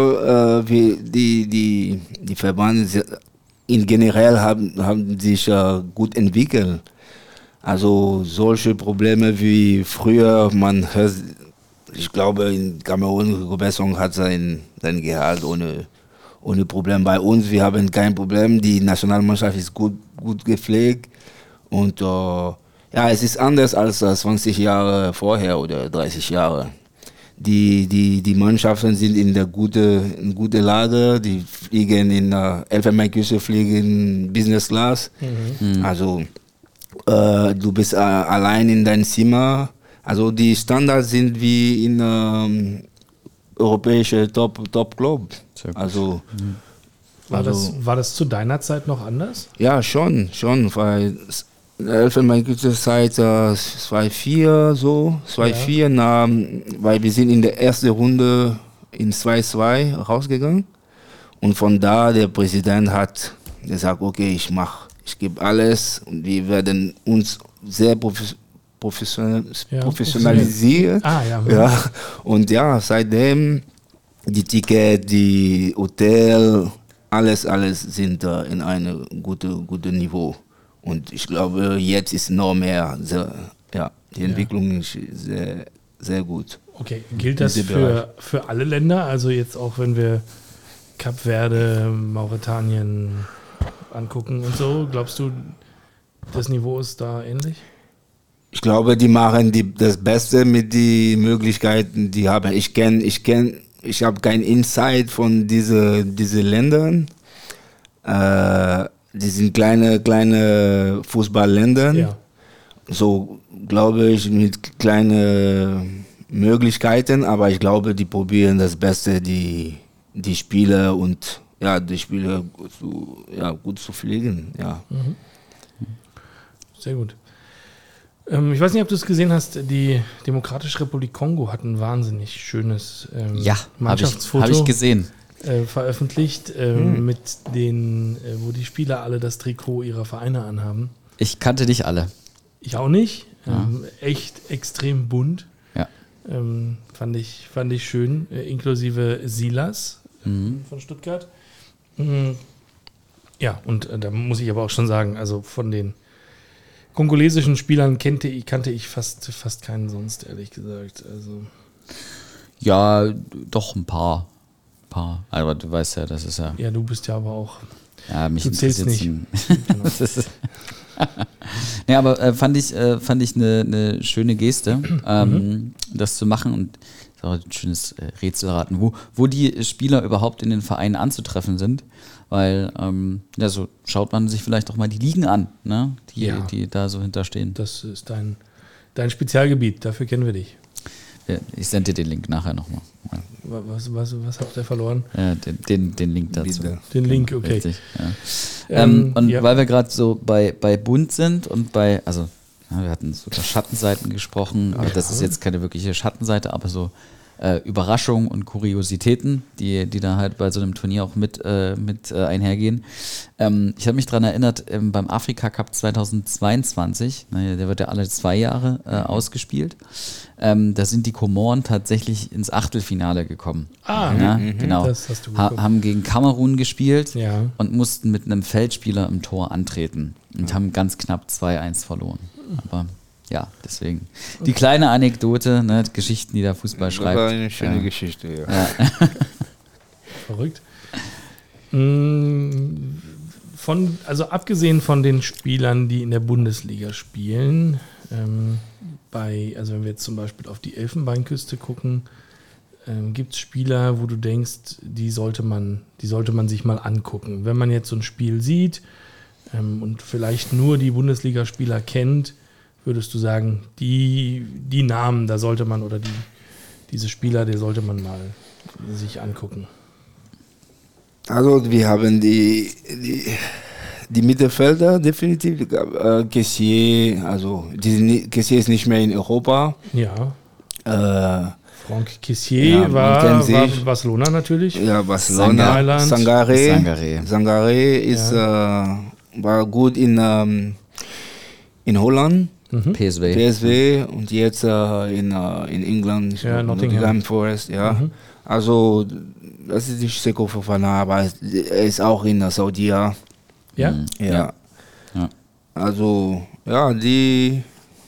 die Verbände in generell haben sich gut entwickelt. Also solche Probleme wie früher, ich glaube in Kamerun, Rigobert Song hat sein Gehalt ohne Problem. Bei uns, wir haben kein Problem. Die Nationalmannschaft ist gut gepflegt. Und es ist anders als 20 Jahre vorher oder 30 Jahre. Die Mannschaften sind in gute Lage, die fliegen in Elfenbeinküste, fliegen Business Class. Mhm. Also du bist allein in deinem Zimmer. Also die Standards sind wie in europäische Top-Club. Also war das zu deiner Zeit noch anders? Ja, schon, weil Elfenbeinküste seit 2-4 so, 2-4, weil wir sind in der ersten Runde in 2-2 rausgegangen und von da der Präsident hat gesagt, okay, ich gebe alles und wir werden uns sehr professionalisieren. Und seitdem die Tickets, die Hotel, alles sind in einem guten Niveau. Und ich glaube, jetzt ist noch mehr, die Entwicklung ist sehr, sehr gut. Okay, gilt das für alle Länder? Also jetzt auch, wenn wir Kap Verde, Mauretanien angucken und so, glaubst du, das Niveau ist da ähnlich? Ich glaube, die machen das Beste mit den Möglichkeiten, die haben. Ich habe kein Insight von diesen Ländern. Die sind kleine Fußballländer. Ja. So glaube ich mit kleinen Möglichkeiten, aber ich glaube, die probieren das Beste, die Spieler und die Spieler gut zu pflegen. Ja. Mhm. Sehr gut. Ich weiß nicht, ob du es gesehen hast, die Demokratische Republik Kongo hat ein wahnsinnig schönes Mannschaftsfoto. Habe ich gesehen. Veröffentlicht, mit denen, wo die Spieler alle das Trikot ihrer Vereine anhaben. Ich kannte nicht alle. Ich auch nicht. Ja. Echt extrem bunt. Ja. Fand ich schön, inklusive Silas von Stuttgart. Ja, und da muss ich aber auch schon sagen, also von den kongolesischen Spielern kannte ich fast keinen sonst, ehrlich gesagt. Also. Ja, doch ein paar. Aber du weißt ja, das ist ja... Ja, du bist ja aber auch... Ja, mich du zählst nicht. Genau. Aber fand ich eine schöne Geste, das zu machen. Und ist auch ein schönes Rätselraten, wo die Spieler überhaupt in den Vereinen anzutreffen sind. Weil, so schaut man sich vielleicht auch mal die Ligen an, ne? Die da so hinterstehen. Das ist dein Spezialgebiet, dafür kennen wir dich. Ich sende dir den Link nachher nochmal. Ja. Was habt ihr verloren? Ja, den Link dazu. Den Link, okay. Richtig, ja. Weil wir gerade so bei Bund sind und wir hatten so über Schattenseiten gesprochen, aber das ist jetzt keine wirkliche Schattenseite, aber so Überraschungen und Kuriositäten, die da halt bei so einem Turnier auch mit einhergehen. Ich habe mich daran erinnert, beim Afrika Cup 2022, der wird ja alle 2 Jahre ausgespielt, da sind die Komoren tatsächlich ins Achtelfinale gekommen. Genau. Das hast du haben gegen Kamerun gespielt und mussten mit einem Feldspieler im Tor antreten und haben ganz knapp 2-1 verloren. Aber ja, deswegen. Die kleine Anekdote, ne, Geschichten, die der Fußball schreibt. Das war eine schöne Geschichte, ja. Verrückt. Also abgesehen von den Spielern, die in der Bundesliga spielen, wenn wir jetzt zum Beispiel auf die Elfenbeinküste gucken, gibt es Spieler, wo du denkst, die sollte man sich mal angucken. Wenn man jetzt so ein Spiel sieht und vielleicht nur die Bundesligaspieler kennt, würdest du sagen, die Namen, da sollte man, oder diese Spieler, die sollte man mal sich angucken? Also wir haben die Mittelfelder definitiv. Kessié, Kessié ist nicht mehr in Europa. Ja. Franck Kessié war Barcelona natürlich. Ja, Barcelona. Sangaré ist, war gut in Holland. PSV und jetzt in England, Nottingham Forest, ja. Also das ist nicht Seko Fofana, aber er ist auch in Saudi. Ja? Ja. Also die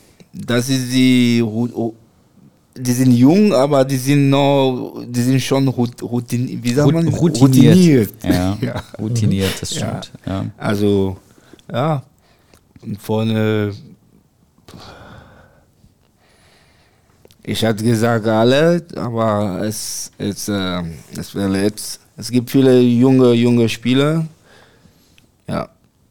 sind jung, aber die sind schon routiniert. Ja, routiniert, das stimmt. Ja. Also und vorne. Ich hatte gesagt alle, aber es gibt viele junge Spieler. Ja.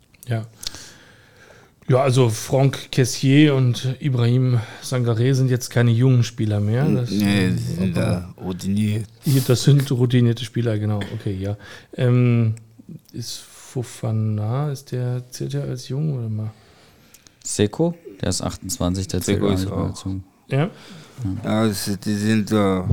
Ja, also Franck Kessié und Ibrahim Sangaré sind jetzt keine jungen Spieler mehr. Die sind routiniert. Das sind routinierte Spieler, genau. Okay, ja. Ist Fofana, zählt er als jung oder mal? Seko, der ist 28, der zählt auch nicht mehr dazu. Ja. Ja, die sind aber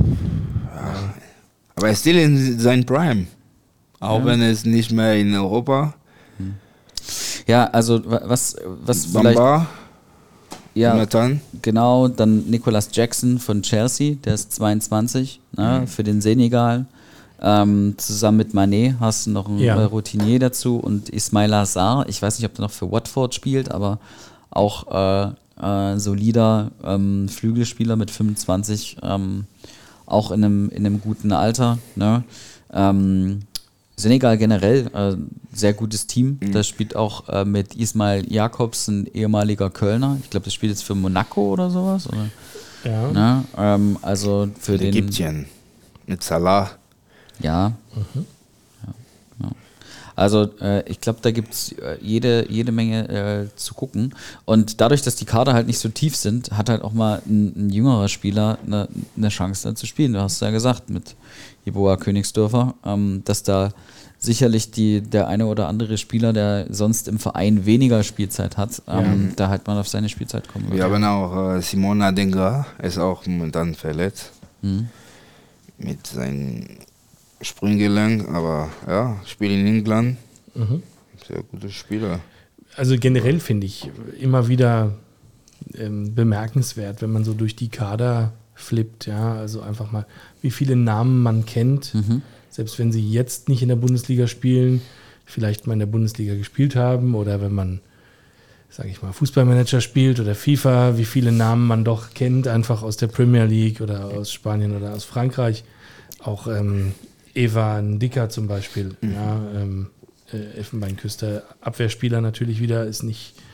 er ist still in seinem Prime. Auch wenn es nicht mehr in Europa. Ja, also was Bamba, ja, Jonathan. Genau, dann Nicolas Jackson von Chelsea, der ist 22, für den Senegal. Zusammen mit Mané hast du noch einen Routinier dazu und Ismaila Sarr. Ich weiß nicht, ob der noch für Watford spielt, aber auch solider Flügelspieler mit 25, auch in einem guten Alter. Ne? Senegal generell, sehr gutes Team. Das spielt auch mit Ismail Jakobs, ein ehemaliger Kölner. Ich glaube, das spielt jetzt für Monaco oder sowas. Oder? Ja. Ne? Also für den Ägyptien mit Salah. Ja. Genau. Also ich glaube, da gibt es jede Menge zu gucken. Und dadurch, dass die Kader halt nicht so tief sind, hat halt auch mal ein jüngerer Spieler eine Chance da zu spielen. Du hast ja gesagt, mit Jeboa Königsdörfer, dass da sicherlich der eine oder andere Spieler, der sonst im Verein weniger Spielzeit hat, da halt mal auf seine Spielzeit kommen wird. Wir haben auch Simon Adenga, ist auch momentan verletzt. Mit seinem Sprunggelenk, aber spielt in England. Sehr guter Spieler. Also generell finde ich immer wieder bemerkenswert, wenn man so durch die Kader flippt, also einfach mal, wie viele Namen man kennt, selbst wenn sie jetzt nicht in der Bundesliga spielen, vielleicht mal in der Bundesliga gespielt haben oder wenn man, sage ich mal, Fußballmanager spielt oder FIFA, wie viele Namen man doch kennt, einfach aus der Premier League oder aus Spanien oder aus Frankreich. Auch Eva Ndika zum Beispiel, Elfenbeinküste, Abwehrspieler natürlich wieder, ist nicht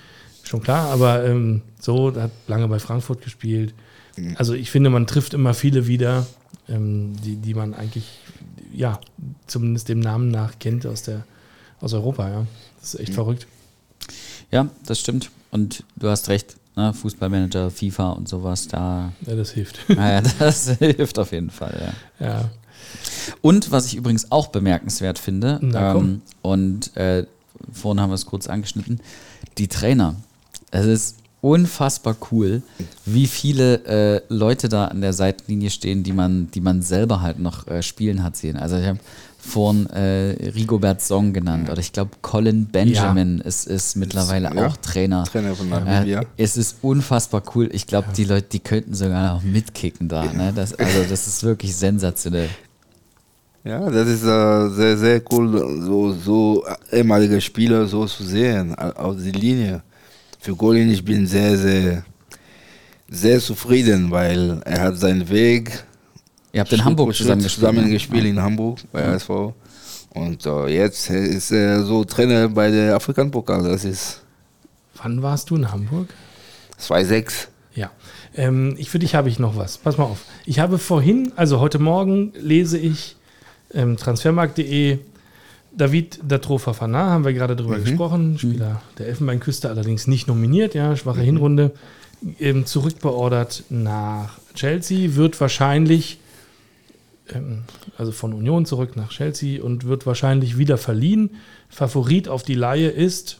schon klar, aber der hat lange bei Frankfurt gespielt. Also ich finde, man trifft immer viele wieder, die man eigentlich, ja, zumindest dem Namen nach kennt aus Europa, ja. Das ist echt verrückt. Ja, das stimmt. Und du hast recht, ne? Fußballmanager, FIFA und sowas, da. Ja, das hilft. Naja, das hilft auf jeden Fall, ja. Ja. Und was ich übrigens auch bemerkenswert finde, Na, komm. vorhin haben wir es kurz angeschnitten, die Trainer. Es ist unfassbar cool, wie viele Leute da an der Seitenlinie stehen, die man selber halt noch spielen hat sehen. Also ich habe vorhin Rigobert Song genannt, oder ich glaube Colin Benjamin ist mittlerweile auch Trainer. Trainer von Namibia. Es ist unfassbar cool. Ich glaube, die Leute, die könnten sogar auch mitkicken da. Ne? Das ist wirklich sensationell. Ja, das ist sehr, sehr cool, so ehemalige Spieler so zu sehen, auf die Linie. Für Golin, ich bin sehr, sehr, sehr zufrieden, weil er hat seinen Weg. Ihr habt in Hamburg zusammen gespielt in Hamburg bei ASV. Und jetzt ist er so Trainer bei der Afrikan-Pokal. Das ist. Wann warst du in Hamburg? 2006. Ja. Für dich habe ich noch was. Pass mal auf. Ich habe vorhin, also heute Morgen lese ich transfermarkt.de, David Datro Fofana, haben wir gerade drüber gesprochen, Spieler der Elfenbeinküste, allerdings nicht nominiert, ja, schwache Hinrunde, zurückbeordert nach Chelsea, wird wahrscheinlich, also von Union zurück nach Chelsea und wird wahrscheinlich wieder verliehen. Favorit auf die Leihe ist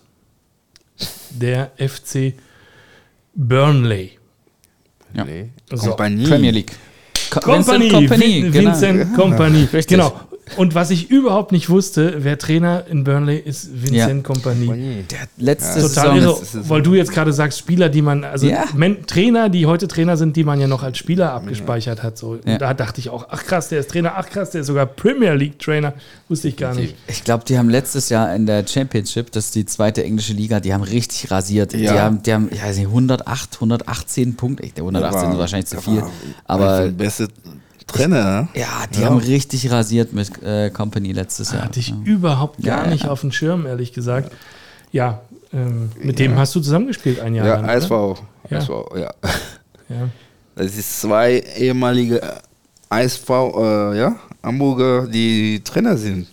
der FC Burnley. Ja. Nee. So. Kompanie. Premier League. Vincent genau. Kompanie. Richtig. Genau. Und was ich überhaupt nicht wusste, wer Trainer in Burnley ist, Vincent Kompanie. Der hat letzte Total irre, Saison. weil du jetzt gerade sagst, Spieler, die man, also Ja. Trainer, die heute Trainer sind, die man ja noch als Spieler abgespeichert hat. So. Ja. Und da dachte ich auch, ach krass, der ist Trainer, ach krass, der ist sogar Premier League Trainer. Wusste ich gar nicht. Ich glaube, die haben letztes Jahr in der Championship, das ist die zweite englische Liga, die haben richtig rasiert. Ja. Die haben ich weiß nicht, 118 Punkte. Der 118 ist wahrscheinlich zu viel. Aber Aber der beste Trainer. ja, die haben richtig rasiert mit Company letztes Jahr. Hatte ich überhaupt gar nicht auf dem Schirm, ehrlich gesagt. Ja, mit dem hast du zusammengespielt ein Jahr Ja, lang, ASV. oder? Ja. ASV, ja. Ja. Das ist 2 ehemalige ASV, Hamburger, die Trainer sind.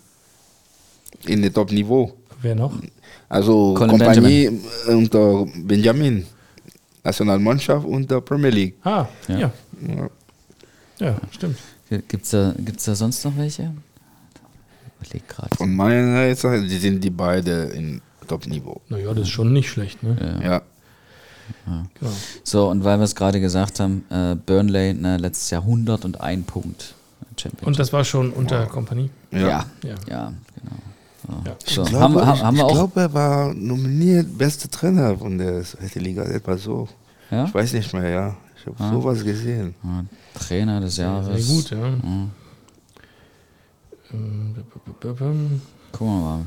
In der Top-Niveau. Wer noch? Also Colin Kompanie unter Benjamin. Nationalmannschaft unter Premier League. Ah, Ja. ja. Ja. Ja, stimmt. Gibt's da sonst noch welche? Ich überleg gerade. Von meiner Seite, die sind die beide in Top-Niveau. Naja, das ist schon nicht schlecht, ne? Ja. Genau. So, und weil wir es gerade gesagt haben, Burnley, letztes Jahr 101 Punkt. Championship. Und das war schon unter Kompanie? Ja, Ja. genau. So. Ja. So, Ich haben wir auch. glaube, er war nominiert beste Trainer von der zweiten Liga, etwa so. Ja? Ich weiß nicht mehr, ja. Ich habe sowas gesehen. Ja, Trainer des Jahres. Sehr gut, ja. Ja. Gucken wir mal.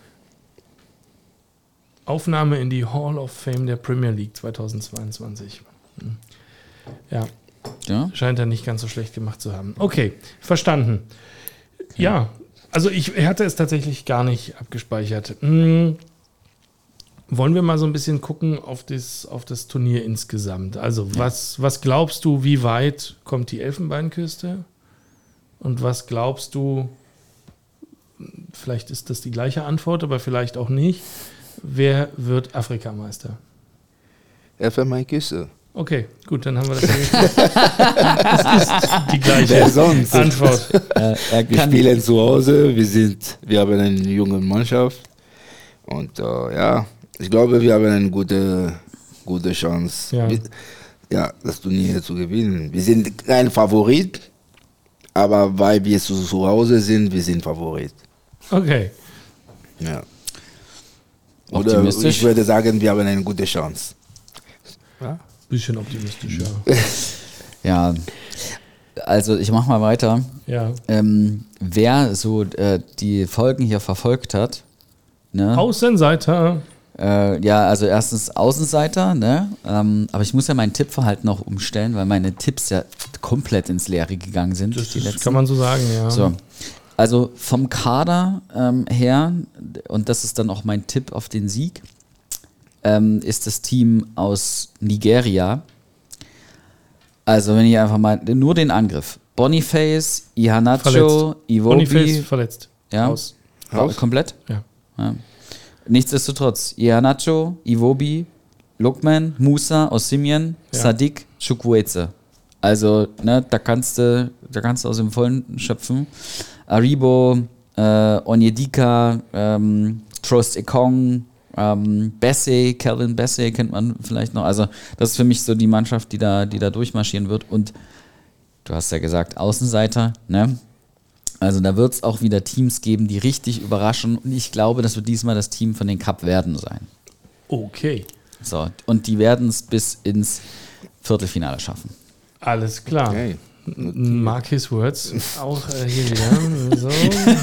Aufnahme in die Hall of Fame der Premier League 2022. Ja, Ja? scheint er nicht ganz so schlecht gemacht zu haben. Okay, verstanden. Ja, also ich hatte es tatsächlich gar nicht abgespeichert. Wollen wir mal so ein bisschen gucken auf das Turnier insgesamt? Also was glaubst du, wie weit kommt die Elfenbeinküste? Und was glaubst du, vielleicht ist das die gleiche Antwort, aber vielleicht auch nicht, wer wird Afrikameister? Elfenbeinküste. Okay, gut, dann haben wir das geklärt. Das ist die gleiche Wer sonst? Antwort. Er Wir kann spielen zu Hause, wir haben eine junge Mannschaft. Und ich glaube, wir haben eine gute Chance, das Turnier zu gewinnen. Wir sind kein Favorit, aber weil wir zu Hause sind, wir sind Favorit. Okay, Ja. Oder Optimistisch? ich würde sagen, wir haben eine gute Chance. bisschen optimistisch, ja. Ja, also ich mache mal weiter. Ja. Wer so die Folgen hier verfolgt hat, ne? Außenseiter. Also erstens Außenseiter, ne? Aber ich muss ja mein Tippverhalten auch umstellen, weil meine Tipps ja komplett ins Leere gegangen sind. Das die letzten. kann man so sagen, ja. So. Also vom Kader her, und das ist dann auch mein Tipp auf den Sieg, ist das Team aus Nigeria. Also wenn ich einfach mal, nur den Angriff. Boniface, Iheanacho, Iwobi. Boniface verletzt. Ja, Aus. komplett? Ja. Ja. Nichtsdestotrotz, Iheanacho, Iwobi, Lookman, Musa, Osimhen, Sadik, Chukwueze. Also, ne, da kannst du aus dem Vollen schöpfen. Aribo, Onyedika, Trost Ekong, Bessay, Calvin Bessay kennt man vielleicht noch. Also, das ist für mich so die Mannschaft, die da durchmarschieren wird. Und du hast ja gesagt, Außenseiter, ne? Also da wird es auch wieder Teams geben, die richtig überraschen. Und ich glaube, das wird diesmal das Team von den Kapverden sein. Okay. So, und die werden es bis ins Viertelfinale schaffen. Alles klar. Okay. Mark his words. Auch hier wieder. So.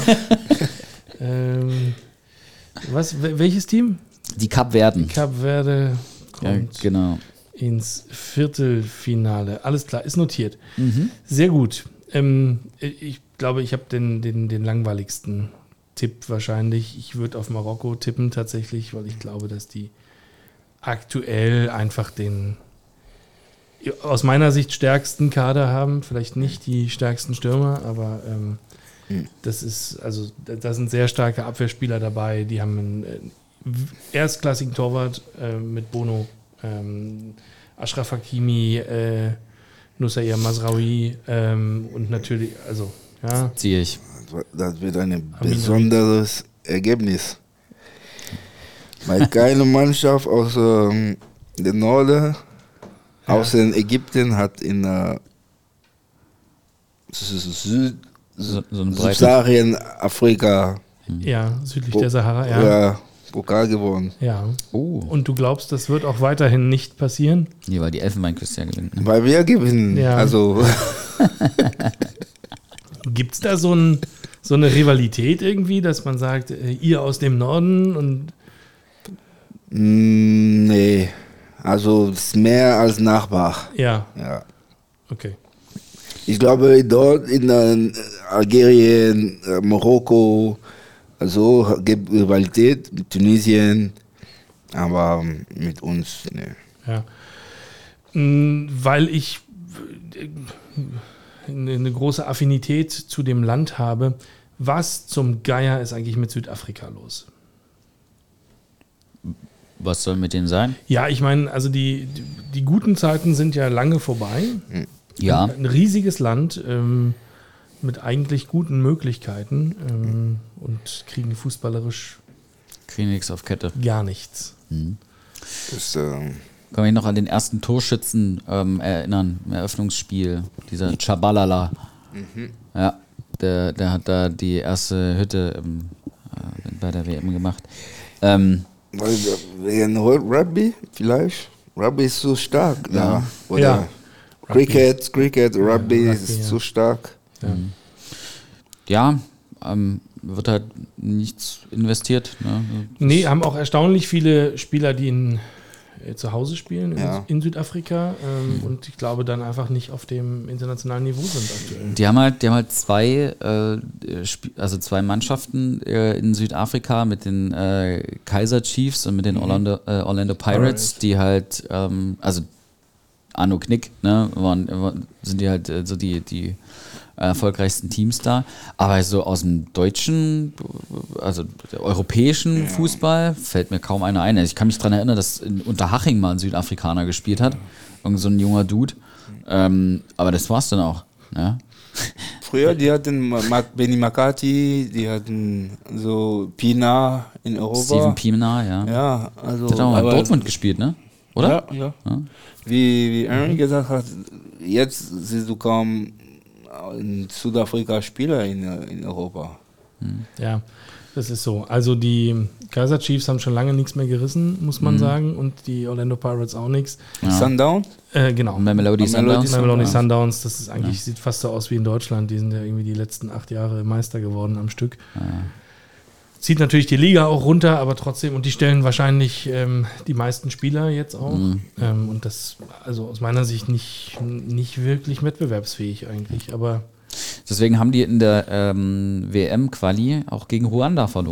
Welches Team? Die Kapverden. Kapverde Ja, kommt genau. ins Viertelfinale. Alles klar, ist notiert. Sehr gut. Ich glaube, ich habe den langweiligsten Tipp wahrscheinlich. Ich würde auf Marokko tippen tatsächlich, weil ich glaube, dass die aktuell einfach den aus meiner Sicht stärksten Kader haben. Vielleicht nicht die stärksten Stürmer, aber das ist, also da sind sehr starke Abwehrspieler dabei. Die haben einen erstklassigen Torwart mit Bono, Achraf Hakimi, Nusayr Mazraoui und natürlich, also, ja. Ziehe ich. Das wird ein besonderes Ergebnis. Weil keine Mannschaft aus dem Norden, außer Ägypten, hat in Südsaharien-Afrika Südlich der Sahara, Pokal gewonnen. Ja. Oh. Und du glaubst, das wird auch weiterhin nicht passieren? Nee, weil die Elfenbeinküste ja gewinnt. Ne? Weil wir gewinnen. Ja. Also Gibt es da so eine Rivalität irgendwie, dass man sagt, ihr aus dem Norden und nee. Also es ist mehr als Nachbar. ja, Ja. okay. Ich glaube, dort in Algerien, Marokko, also gibt Rivalität mit Tunesien, aber mit uns, ne. Ja. Weil ich eine große Affinität zu dem Land habe. Was zum Geier ist eigentlich mit Südafrika los? Was soll mit denen sein? Ja, ich meine, also die guten Zeiten sind ja lange vorbei. Ja. Ein riesiges Land mit eigentlich guten Möglichkeiten und kriegen fußballerisch Kriegen nichts auf Kette. gar nichts. Das, Kann mich noch an den ersten Torschützen erinnern, im Eröffnungsspiel, dieser Chabalala. Ja, der hat da die erste Hütte bei der WM gemacht. wegen Rugby vielleicht? Rugby ist so stark. Ja. Oder Ja. Cricket, Rugby Rugby, ist ja. so stark. Ja, wird halt nichts investiert. Ne? Nee, haben auch erstaunlich viele Spieler, die zu Hause spielen in Südafrika und ich glaube dann einfach nicht auf dem internationalen Niveau sind aktuell. Die haben halt zwei Mannschaften in Südafrika mit den Kaiser Chiefs und mit den Orlando Pirates, die halt, also Arno Knick, ne, sind die halt so die erfolgreichsten Teams da. Aber so aus dem deutschen, also der europäischen Fußball fällt mir kaum einer ein. Also ich kann mich daran erinnern, dass in Unterhaching mal ein Südafrikaner gespielt hat. Irgend so ein junger Dude. Aber das war's dann auch. Ne? Früher, die hatten Benny McCarthy, die hatten so Pina in Europa. Steven Pienaar, ja. Ja, also. Der hat auch mal in Dortmund gespielt, ne? Oder? Ja. Wie Aaron gesagt hat, jetzt siehst du kaum in Südafrika Spieler in Europa. Ja, das ist so. Also die Kaiser Chiefs haben schon lange nichts mehr gerissen, muss man sagen, und die Orlando Pirates auch nichts. Ja. Sundown? Genau. Mamelodi Sundowns. Mamelodi Sundowns, das ist eigentlich, sieht fast so aus wie in Deutschland. Die sind ja irgendwie die letzten 8 Jahre Meister geworden am Stück. Zieht natürlich die Liga auch runter, aber trotzdem, und die stellen wahrscheinlich die meisten Spieler jetzt auch. Und das, also aus meiner Sicht nicht wirklich wettbewerbsfähig eigentlich, aber Deswegen haben die in der WM-Quali auch gegen Ruanda verloren.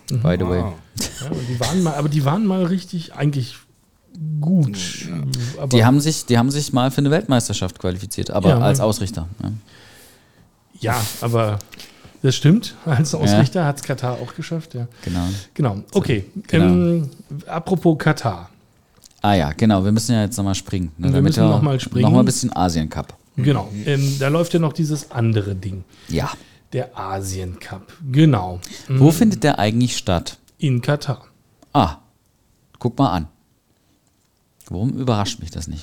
by the way. Ja, und die waren mal richtig eigentlich gut. Aber Die haben sich mal für eine Weltmeisterschaft qualifiziert, aber Ja, als Ausrichter. Ja. ja, aber das stimmt. Als Ausrichter hat es Katar auch geschafft. Ja. Genau. Okay. Genau. Apropos Katar. Ah ja, genau. Wir müssen ja jetzt nochmal springen. Ne, Wir müssen noch mal springen. Nochmal ein bisschen Asien-Cup. Genau. Da läuft ja noch dieses andere Ding. Ja. Der Asien Cup. Genau. Wo findet der eigentlich statt? In Katar. Ah, guck mal an. Warum überrascht mich das nicht?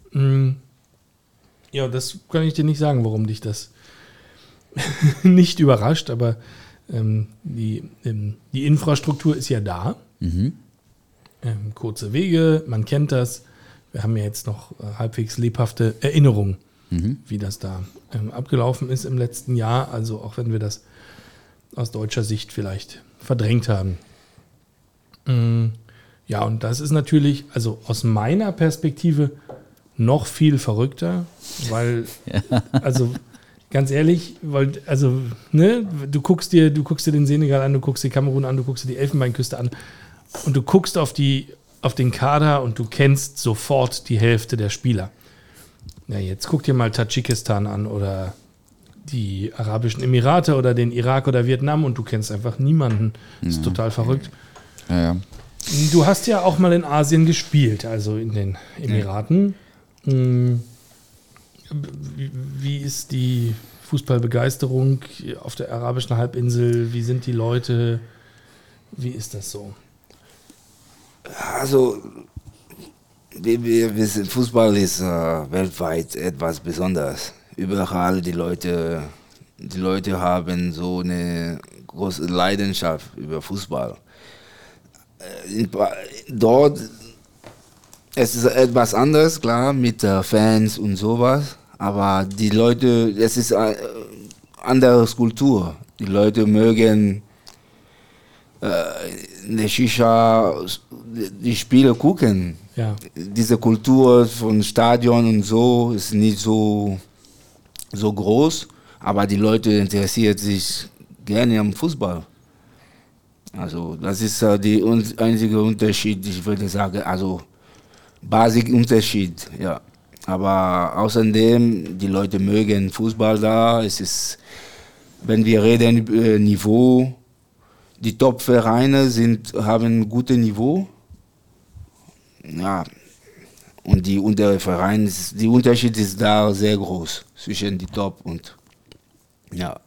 Ja, das kann ich dir nicht sagen, warum dich das nicht überrascht, aber die Infrastruktur ist ja da. Kurze Wege, man kennt das. Wir haben ja jetzt noch halbwegs lebhafte Erinnerungen, wie das da abgelaufen ist im letzten Jahr. Also auch wenn wir das aus deutscher Sicht vielleicht verdrängt haben. Ja, und das ist natürlich, also aus meiner Perspektive noch viel verrückter, weil, also ganz ehrlich, du guckst dir den Senegal an, du guckst dir Kamerun an, du guckst dir die Elfenbeinküste an und du guckst auf den Kader und du kennst sofort die Hälfte der Spieler. Ja, jetzt guck dir mal Tadschikistan an oder die Arabischen Emirate oder den Irak oder Vietnam und du kennst einfach niemanden. Das ist total verrückt. Ja. Du hast ja auch mal in Asien gespielt, also in den Emiraten. Wie ist die Fußballbegeisterung auf der arabischen Halbinsel? Wie sind die Leute? Wie ist das so? Also, wir wissen, Fußball ist weltweit etwas Besonderes. Überall die Leute haben so eine große Leidenschaft über Fußball. Dort es ist etwas anders, klar, mit Fans und sowas, aber die Leute, es ist eine andere Kultur. Die Leute mögen eine Shisha, die Spiele gucken. Ja. Diese Kultur von Stadion und so ist nicht so groß, aber die Leute interessieren sich gerne am Fußball. Also das ist der einzige Unterschied, ich würde sagen, also Basic-Unterschied, ja. Aber außerdem, die Leute mögen Fußball da, es ist, wenn wir reden über Niveau, die Top-Vereine haben ein gutes Niveau, ja, und die Untervereine, der Unterschied ist da sehr groß zwischen die Top und, ja.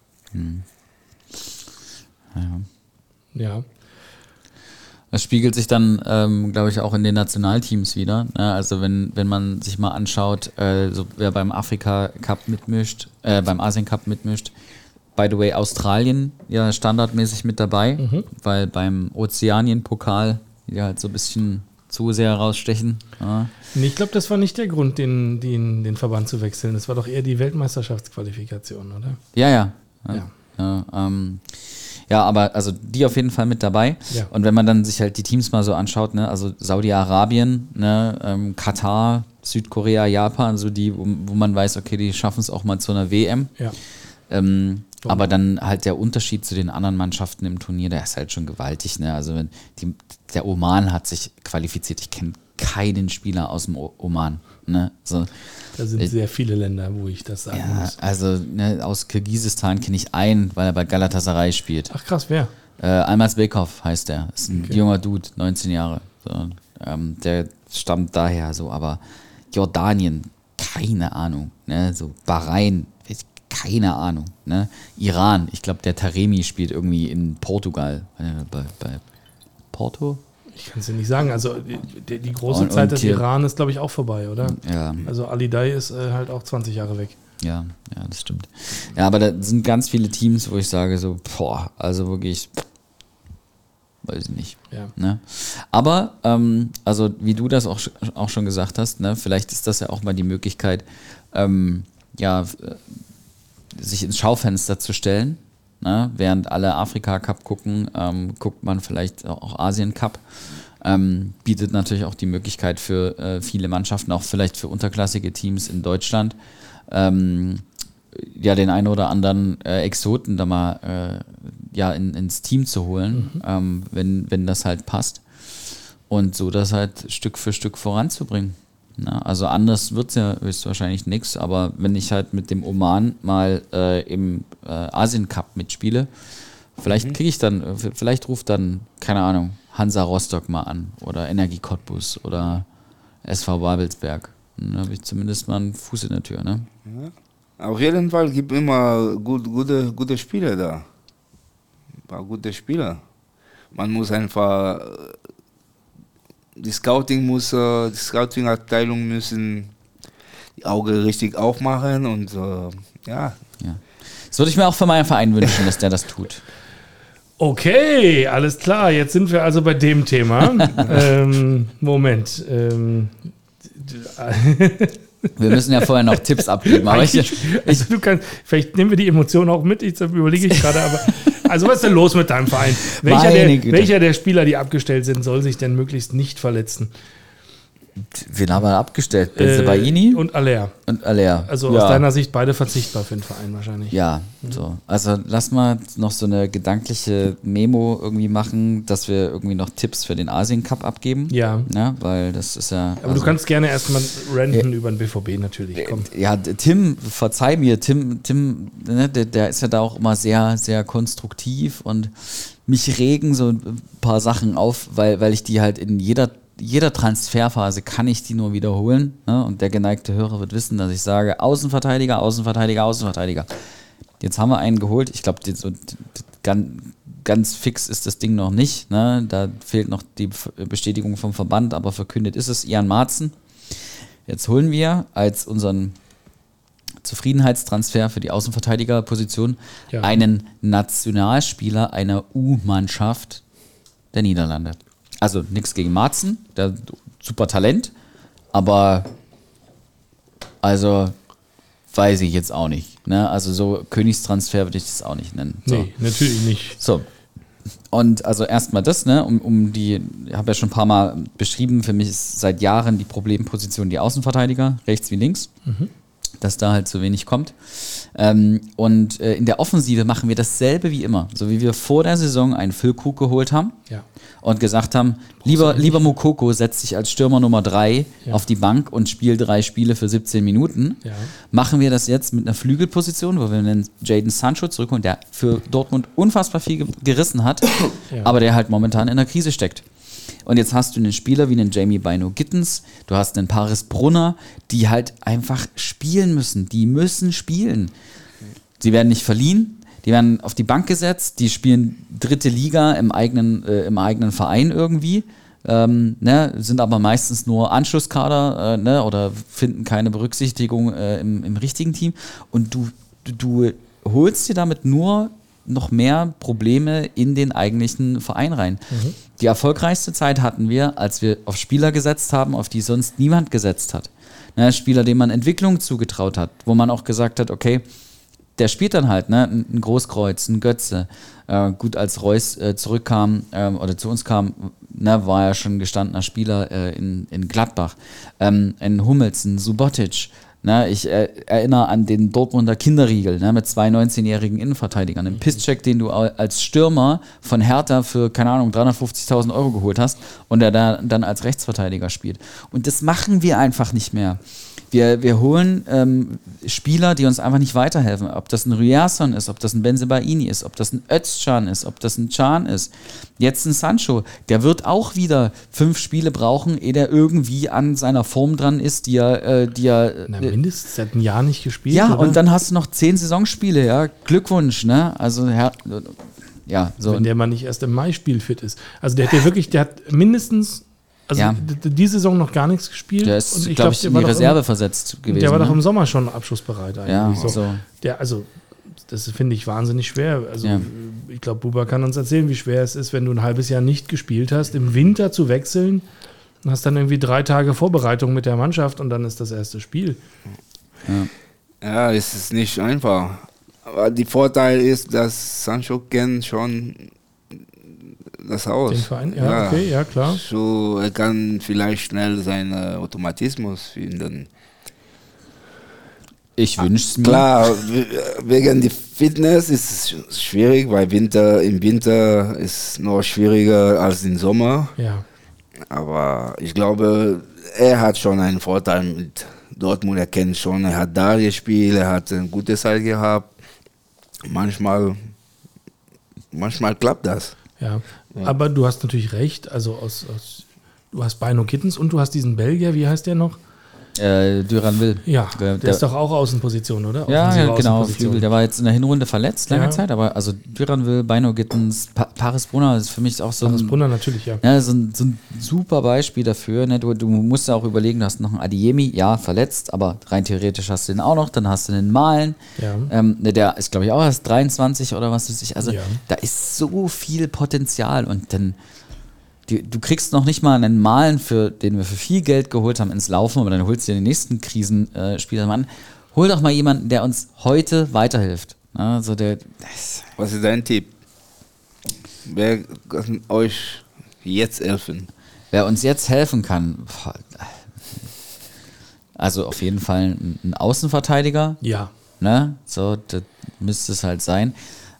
Ja. Das spiegelt sich dann, glaube ich, auch in den Nationalteams wieder. Ne? Also wenn man sich mal anschaut, so wer beim Afrika Cup mitmischt, beim Asien Cup mitmischt, by the way, Australien ja standardmäßig mit dabei, weil beim Ozeanien-Pokal die halt so ein bisschen zu sehr rausstechen. Ja. Ich glaube, das war nicht der Grund, den Verband zu wechseln. Das war doch eher die Weltmeisterschaftsqualifikation, oder? Ja. Ja. Aber also die auf jeden Fall mit dabei. Ja. Und wenn man dann sich halt die Teams mal so anschaut, ne, also Saudi-Arabien, ne, Katar, Südkorea, Japan, so die, wo man weiß, okay, die schaffen es auch mal zu einer WM. Ja. Aber dann halt der Unterschied zu den anderen Mannschaften im Turnier, der ist halt schon gewaltig. Ne? Also der Oman hat sich qualifiziert. Ich kenne keinen Spieler aus dem Oman. Ne? So, da sind sehr viele Länder, wo ich das sagen muss. Also ne, aus Kirgisistan kenne ich einen, weil er bei Galatasaray spielt. Ach krass, wer? Almaz-Bekov heißt der. Ist ein junger Dude, 19 Jahre. So, der stammt daher so. Aber Jordanien, keine Ahnung. Ne? So Bahrain, keine Ahnung. Ne? Iran, ich glaube, der Taremi spielt irgendwie in Portugal. Bei Porto? Ich kann es dir nicht sagen. Also die große Zeit des Iran ist, glaube ich, auch vorbei, oder? Ja. Also Ali Dai ist halt auch 20 Jahre weg. Ja, das stimmt. Ja, aber da sind ganz viele Teams, wo ich sage so, also wirklich, weiß ich nicht. Ja. Ne? Aber, also wie du das auch schon gesagt hast, ne, vielleicht ist das ja auch mal die Möglichkeit, sich ins Schaufenster zu stellen. Ne? Während alle Afrika-Cup gucken, guckt man vielleicht auch Asien-Cup. Bietet natürlich auch die Möglichkeit für viele Mannschaften, auch vielleicht für unterklassige Teams in Deutschland, ja den einen oder anderen Exoten da mal ins Team zu holen, wenn das halt passt. Und so das halt Stück für Stück voranzubringen. Na, also anders wird es ja höchstwahrscheinlich nichts, aber wenn ich halt mit dem Oman mal im Asien Cup mitspiele, vielleicht kriege ich dann, vielleicht ruft dann, keine Ahnung, Hansa Rostock mal an oder Energie Cottbus oder SV Babelsberg. Dann habe ich zumindest mal einen Fuß in der Tür. Ne? Ja. Auf jeden Fall gibt es immer gute Spieler da. Ein paar gute Spieler. Man muss einfach, die Scouting-Abteilung müssen die Augen richtig aufmachen und ja. Das würde ich mir auch für meinen Verein wünschen, dass der das tut. Okay, alles klar. Jetzt sind wir also bei dem Thema. Moment. Wir müssen ja vorher noch Tipps abgeben. Aber du kannst, vielleicht nehmen wir die Emotionen auch mit, überlege ich gerade, aber also was ist denn los mit deinem Verein? Welcher der Spieler, die abgestellt sind, soll sich denn möglichst nicht verletzen? Wen haben wir abgestellt? Bensebaini? Und Aller. Also aus deiner Sicht beide verzichtbar für den Verein wahrscheinlich. Ja, so. Also lass mal noch so eine gedankliche Memo irgendwie machen, dass wir irgendwie noch Tipps für den Asien Cup abgeben. Ja. Weil das ist ja... Aber du kannst gerne erstmal ranten über den BVB natürlich. Komm. Ja, Tim, verzeih mir, Tim, ne, der ist ja da auch immer sehr, sehr konstruktiv und mich regen so ein paar Sachen auf, weil ich die halt in jeder Transferphase kann ich die nur wiederholen. Ne? Und der geneigte Hörer wird wissen, dass ich sage, Außenverteidiger. Jetzt haben wir einen geholt. Ich glaube, ganz fix ist das Ding noch nicht. Ne? Da fehlt noch die Bestätigung vom Verband, aber verkündet ist es Ian Marzen. Jetzt holen wir als unseren Zufriedenheitstransfer für die Außenverteidigerposition einen Nationalspieler einer U-Mannschaft der Niederlande. Also nichts gegen Marzen, der super Talent, aber also weiß ich jetzt auch nicht. Ne? Also so Königstransfer würde ich das auch nicht nennen. So. Nee, natürlich nicht. So. Und also erstmal das, ne, ich habe ja schon ein paar Mal beschrieben, für mich ist seit Jahren die Problemposition die Außenverteidiger, rechts wie links. Dass da halt zu wenig kommt. Und in der Offensive machen wir dasselbe wie immer. So wie wir vor der Saison einen Füllkrug geholt haben und gesagt haben, lieber Moukoko setzt sich als Stürmer Nummer 3 auf die Bank und spielt 3 Spiele für 17 Minuten. Ja. Machen wir das jetzt mit einer Flügelposition, wo wir einen Jadon Sancho zurückholen, der für Dortmund unfassbar viel gerissen hat, aber der halt momentan in der Krise steckt. Und jetzt hast du einen Spieler wie einen Jamie Bino Gittens, du hast einen Paris Brunner, die halt einfach spielen müssen. Die müssen spielen. Sie werden nicht verliehen, die werden auf die Bank gesetzt, die spielen 3. Liga im eigenen Verein irgendwie, sind aber meistens nur Anschlusskader oder finden keine Berücksichtigung im richtigen Team. Und du holst dir damit nur noch mehr Probleme in den eigentlichen Verein rein. Die erfolgreichste Zeit hatten wir, als wir auf Spieler gesetzt haben, auf die sonst niemand gesetzt hat. Spieler, denen man Entwicklung zugetraut hat, wo man auch gesagt hat, okay, der spielt dann halt, ein Großkreuz, ein Götze. Gut, als Reus zurückkam oder zu uns kam, war er schon gestandener Spieler in Gladbach. Ein Hummels, ein Subotic. Ich erinnere an den Dortmunder Kinderriegel mit 2 19-jährigen Innenverteidigern. Einen Piszczek, den du als Stürmer von Hertha für, keine Ahnung, 350.000 Euro geholt hast und der dann als Rechtsverteidiger spielt. Und das machen wir einfach nicht mehr. Wir holen Spieler, die uns einfach nicht weiterhelfen. Ob das ein Ryerson ist, ob das ein Bensebaini ist, ob das ein Özcan ist, ob das ein Can ist. Jetzt ein Sancho. Der wird auch wieder 5 Spiele brauchen, ehe der irgendwie an seiner Form dran ist, die er mindestens seit einem Jahr nicht gespielt. Ja, oder? Und dann hast du noch 10 Saisonspiele. Ja, Glückwunsch. Ne? Also so. Wenn der mal nicht erst im Mai spielfit ist. Also der hat mindestens... Also die Saison noch gar nichts gespielt. Der ist, glaube ich, in die Reserve versetzt gewesen. Der war doch im Sommer schon abschlussbereit eigentlich. Ja, das finde ich wahnsinnig schwer. Also ich glaube, Buba kann uns erzählen, wie schwer es ist, wenn du ein halbes Jahr nicht gespielt hast, im Winter zu wechseln und hast dann irgendwie 3 Tage Vorbereitung mit der Mannschaft und dann ist das erste Spiel. Ja, es ist nicht einfach. Aber der Vorteil ist, dass Sancho kennt schon das Haus. Den Verein? Ja, okay, ja, klar. So, er kann vielleicht schnell seinen Automatismus finden. Ich wünsche es mir. Klar, wegen der Fitness ist es schwierig, weil im Winter ist noch schwieriger als im Sommer. Ja. Aber ich glaube, er hat schon einen Vorteil mit Dortmund. Er kennt schon, er hat da gespielt, er hat eine gute Zeit gehabt. Manchmal klappt das. Ja. Aber du hast natürlich recht. Also du hast Bino Gittens und du hast diesen Belgier, wie heißt der noch? Duranville. Ja, der ist doch auch Außenposition, oder? Ja, Offensive genau, Außenposition. Flügel. Der war jetzt in der Hinrunde verletzt lange Ja. Zeit, aber also Duranville, Bino Gittens, Paris Brunner ist für mich auch so Paris ein, Brunner natürlich, ja. ja, so ein super Beispiel dafür. Ne? Du musst ja auch überlegen, du hast noch einen Adiemi, ja, verletzt, aber rein theoretisch hast du den auch noch. Dann hast du den Malen. Ja. Der ist, glaube ich, auch erst 23 oder was weiß ich. Also Ja. da ist so viel Potenzial und dann du kriegst noch nicht mal einen Malen, den wir für viel Geld geholt haben, ins Laufen, aber dann holst du dir den nächsten Krisenspieler an. Hol doch mal jemanden, der uns heute weiterhilft. Also Was ist dein Tipp? Wer kann euch jetzt helfen? wer uns jetzt helfen kann, also auf jeden Fall ein Außenverteidiger. Ja. Ne? So, das müsste es halt sein.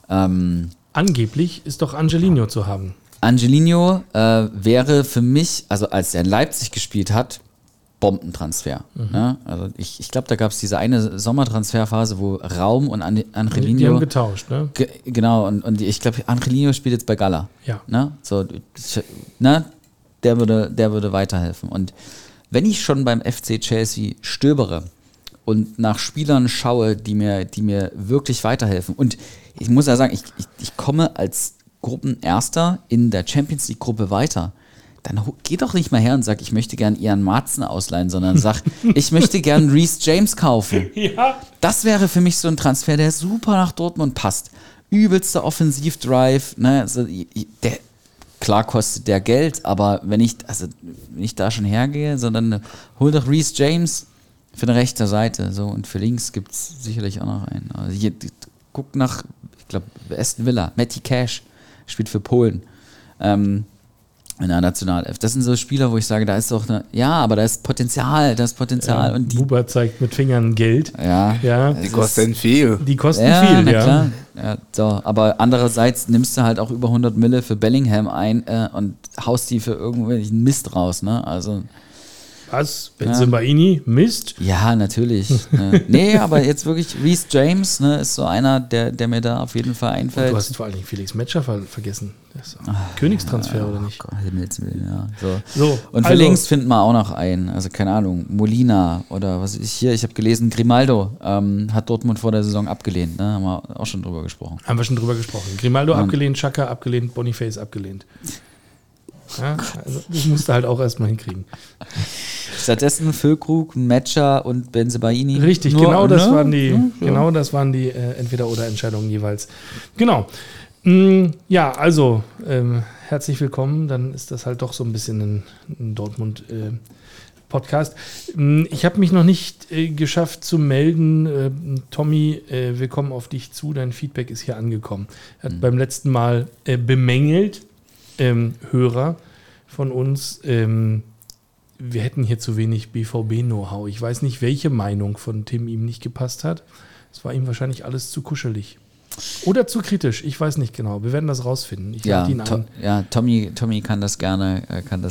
Angeblich ist doch Angelino zu haben. Angelino wäre für mich, also als er in Leipzig gespielt hat, Bombentransfer. Ne? Also ich glaube, da gab es diese eine Sommertransferphase, wo Raum und Angelino. Die haben getauscht, ne? Genau, und ich glaube, Angelino spielt jetzt bei Gala. Ja. Ne? So, ne? Der würde weiterhelfen. Und wenn ich schon beim FC Chelsea stöbere und nach Spielern schaue, die mir wirklich weiterhelfen, und ich muss ja sagen, ich komme als Gruppenerster in der Champions League Gruppe weiter, dann geh doch nicht mal her und sag, ich möchte gern Ian Marzen ausleihen, sondern sag, ich möchte gern Reece James kaufen. Ja. Das wäre für mich so ein Transfer, der super nach Dortmund passt. Übelster Offensivdrive, ne? Also, klar kostet der Geld, aber wenn ich da schon hergehe, sondern hol doch Reece James für eine rechte Seite, so, und für links gibt es sicherlich auch noch einen. Also hier, guck nach, ich glaube, Aston Villa, Matty Cash spielt für Polen. In der Nationalelf. Das sind so Spieler, wo ich sage, da ist doch aber da ist Potenzial, Ja, und Buber zeigt mit Fingern Geld. ja. Ja. Die kosten viel. Die kosten Ja, viel, na ja. klar. Ja, so. Aber andererseits nimmst du halt auch über 100 Mille für Bellingham ein und haust die für irgendwelchen Mist raus, ne? Also, Was? Benzemaini? Mist? ja, natürlich. Nee, aber jetzt wirklich Reece James, ne, ist so einer, der mir da auf jeden Fall einfällt. Du hast vor allen Dingen Felix Metscher vergessen. Das ist ein Königstransfer, oder nicht? Gott, Himmelswillen, ja. So, Und für also- links finden wir auch noch einen, also keine Ahnung, Molina oder was ich habe gelesen, Grimaldo hat Dortmund vor der Saison abgelehnt, ne? Haben wir auch schon drüber gesprochen. Haben wir schon drüber gesprochen. Grimaldo abgelehnt, Xhaka abgelehnt, Boniface abgelehnt. Ja, also das musst du halt auch erstmal hinkriegen. Stattdessen Füllkrug, Metscher und Bensebaini. Richtig, Nur, genau das ne? waren die Entweder-oder-Entscheidungen jeweils. Genau. Ja, also herzlich willkommen. Dann ist das halt doch so ein bisschen ein Dortmund-Podcast. Ich habe mich noch nicht geschafft zu melden. Tommy, wir kommen auf dich zu. Dein Feedback ist hier angekommen. Er hat beim letzten Mal bemängelt, Hörer von uns, wir hätten hier zu wenig BVB-Know-how. Ich weiß nicht, welche Meinung von Tim ihm nicht gepasst hat. Es war ihm wahrscheinlich alles zu kuschelig. Oder zu kritisch, ich weiß nicht genau. Wir werden das rausfinden. Ich lade ihn ein. Tommy kann das gerne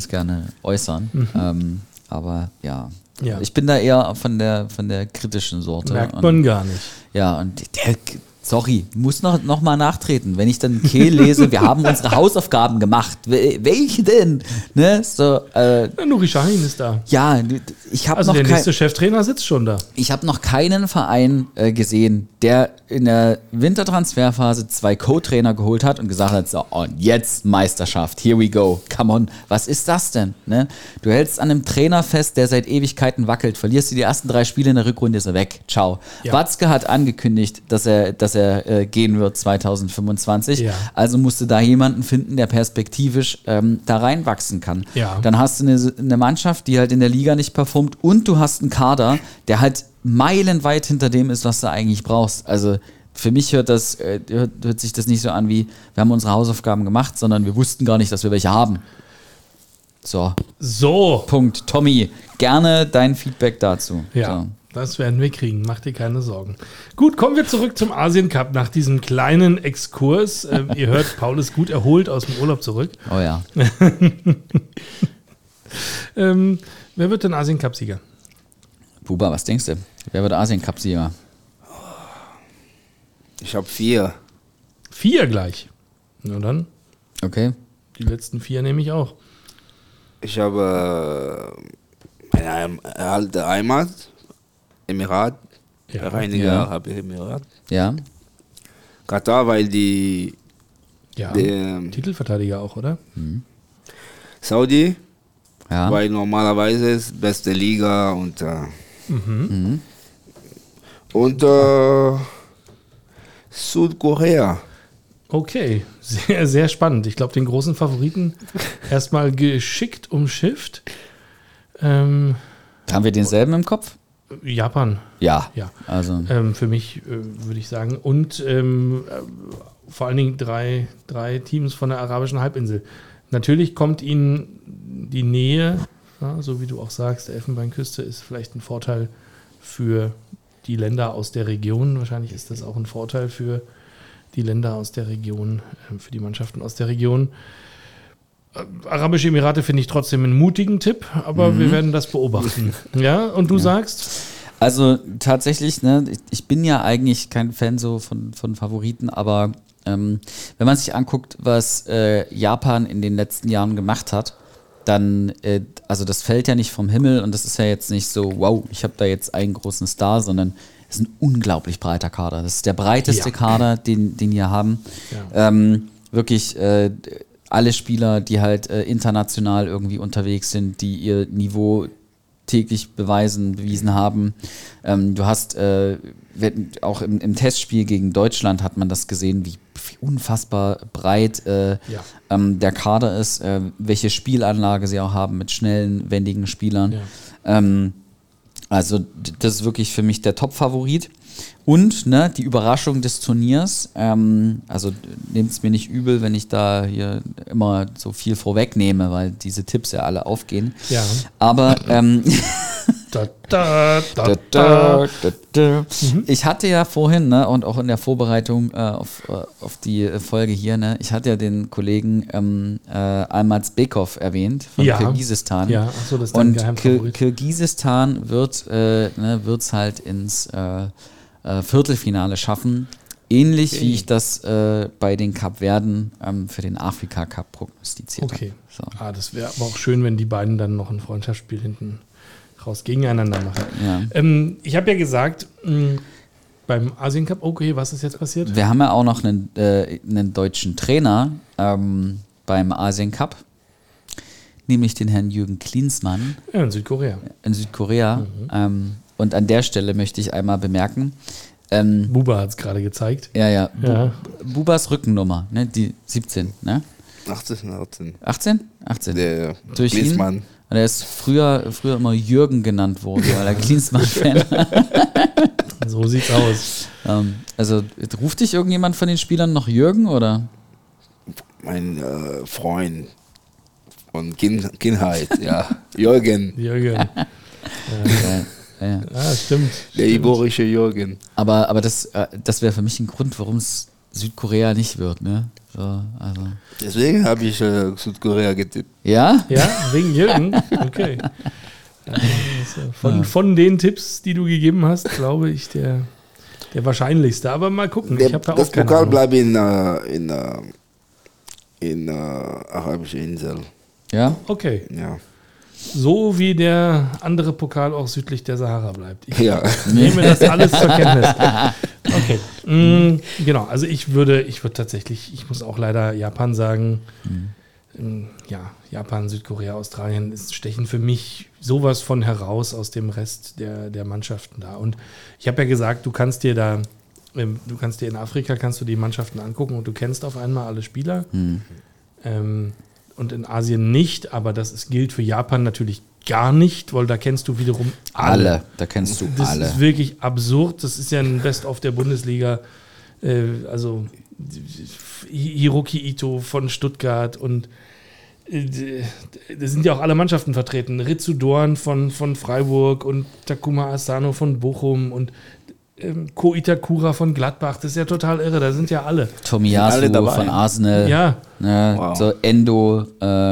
äußern. Aber ja. Ich bin da eher von der kritischen Sorte. Merkt man gar nicht. Ja, und sorry, muss noch mal nachtreten. Wenn ich dann Kehl lese, wir haben unsere Hausaufgaben gemacht. Welche denn? Ne? So, Nuri Sahin ist da. ja, ich habe Also noch der nächste Cheftrainer sitzt schon da. Ich habe noch keinen Verein gesehen, der in der Wintertransferphase 2 Co-Trainer geholt hat und gesagt hat, so, und jetzt Meisterschaft, here we go, come on. Was ist das denn? Ne? Du hältst an einem Trainer fest, der seit Ewigkeiten wackelt, verlierst du die ersten 3 Spiele in der Rückrunde, ist er weg, ciao. Ja. Watzke hat angekündigt, dass er gehen wird 2025, Ja. also musst du da jemanden finden, der perspektivisch da reinwachsen kann. Ja. Dann hast du eine Mannschaft, die halt in der Liga nicht performt, und du hast einen Kader, der halt meilenweit hinter dem ist, was du eigentlich brauchst. Also für mich hört sich das nicht so an wie, wir haben unsere Hausaufgaben gemacht, sondern wir wussten gar nicht, dass wir welche haben. So, So. Punkt. Tommy, gerne dein Feedback dazu. Ja. So. Das werden wir kriegen, mach dir keine Sorgen. Gut, kommen wir zurück zum Asien Cup nach diesem kleinen Exkurs. Ihr hört, Paul ist gut erholt aus dem Urlaub zurück. Oh ja. Wer wird denn Asien Cup-Sieger? Buba, was denkst du? Wer wird Asien-Cup-Sieger? Ich habe 4. 4 gleich. Na dann, Okay. die letzten 4 nehme ich auch. Ich habe eine alte Heimat, Emirat. Ja. Reiniger Ja. habe ich Emirat. Ja. Katar, weil die Ja, der Titelverteidiger auch, oder? Saudi, Ja. weil normalerweise ist beste Liga und Südkorea. Okay, sehr, sehr spannend. Ich glaube, den großen Favoriten erstmal geschickt umschifft. Haben wir denselben im Kopf? Japan, Ja. ja. Also, Für mich würde ich sagen. Und vor allen Dingen drei Teams von der arabischen Halbinsel. Natürlich kommt ihnen die Nähe, ja, so wie du auch sagst, der Elfenbeinküste ist vielleicht ein Vorteil für die Länder aus der Region. Wahrscheinlich ist das auch ein Vorteil für die Länder aus der Region, für die Mannschaften aus der Region. Arabische Emirate finde ich trotzdem einen mutigen Tipp, aber wir werden das beobachten. Ja, und du sagst? also tatsächlich, ne, ich bin ja eigentlich kein Fan so von Favoriten, aber wenn man sich anguckt, was Japan in den letzten Jahren gemacht hat, dann, also das fällt ja nicht vom Himmel und das ist ja jetzt nicht so, wow, ich habe da jetzt einen großen Star, sondern es ist ein unglaublich breiter Kader. Das ist der breiteste Kader, den wir haben. Ja. Wirklich alle Spieler, die halt international irgendwie unterwegs sind, die ihr Niveau täglich bewiesen haben. Du hast auch im Testspiel gegen Deutschland hat man das gesehen, wie unfassbar breit der Kader ist, welche Spielanlage sie auch haben mit schnellen, wendigen Spielern. Ja. Also das ist wirklich für mich der Top-Favorit. Und ne, die Überraschung des Turniers, also nehmt es mir nicht übel, wenn ich da hier immer so viel vorwegnehme, weil diese Tipps ja alle aufgehen. Ja. Aber Da. ich hatte ja vorhin, ne, und auch in der Vorbereitung auf die Folge hier, ne, ich hatte ja den Kollegen Almaz Bekov erwähnt von Kirgisistan. Ja, achso, das ist dein Und Geheimfavorit. Kirgisistan wird's halt ins Viertelfinale schaffen. Ähnlich wie ich das bei den Kapverden für den Afrika-Cup prognostiziert Okay. habe. So. Das wäre aber auch schön, wenn die beiden dann noch ein Freundschaftsspiel hinten raus gegeneinander machen. Ja. Ich habe ja gesagt, beim Asien Cup, okay, was ist jetzt passiert? Wir haben ja auch noch einen deutschen Trainer beim Asien Cup, nämlich den Herrn Jürgen Klinsmann Ja, in Südkorea. in Südkorea. Und an der Stelle möchte ich einmal bemerken, Buba hat es gerade gezeigt. ja. Ja. Bubas Rückennummer, ne, die 17, ne? 18. 18? 18. Der Durch ihn? Klinsmann. Und er ist früher immer Jürgen genannt worden, weil er Klinsmann-Fan So sieht's aus. Also ruft dich irgendjemand von den Spielern noch Jürgen oder? Mein Freund von Kindheit, ja. Jürgen, Jürgen. Ja. Stimmt. der ivorische Jürgen. Aber das wäre für mich ein Grund, warum es Südkorea nicht wird, ne? So, also. Deswegen habe ich Südkorea getippt. Ja? Ja, wegen Jürgen. Okay. Ja, das ist von den Tipps, die du gegeben hast, glaube ich, der wahrscheinlichste. Aber mal gucken. Ich habe da Das auch keine Pokal Ahnung. bleibt in arabische Insel. Ja? Okay. Ja. So wie der andere Pokal auch südlich der Sahara bleibt. Ich Ja. nehme das alles zur Kenntnis. Okay. Genau, also ich würde tatsächlich, ich muss auch leider Japan sagen. Ja, Japan, Südkorea, Australien stechen für mich sowas von heraus aus dem Rest der Mannschaften da. Und ich habe ja gesagt, du kannst dir in Afrika kannst du die Mannschaften angucken und du kennst auf einmal alle Spieler. Und in Asien nicht, aber gilt für Japan natürlich gar nicht, weil da kennst du wiederum alle. Da kennst du Das alle. ist wirklich absurd. Das ist ja ein Best-of der Bundesliga. Also Hiroki Ito von Stuttgart und da sind ja auch alle Mannschaften vertreten. Ritsu Dorn von Freiburg und Takuma Asano von Bochum und Ko Itakura von Gladbach. Das ist ja total irre. Da sind ja alle. Tomiyasu Alle dabei. von Arsenal. Ja. Wow. So Endo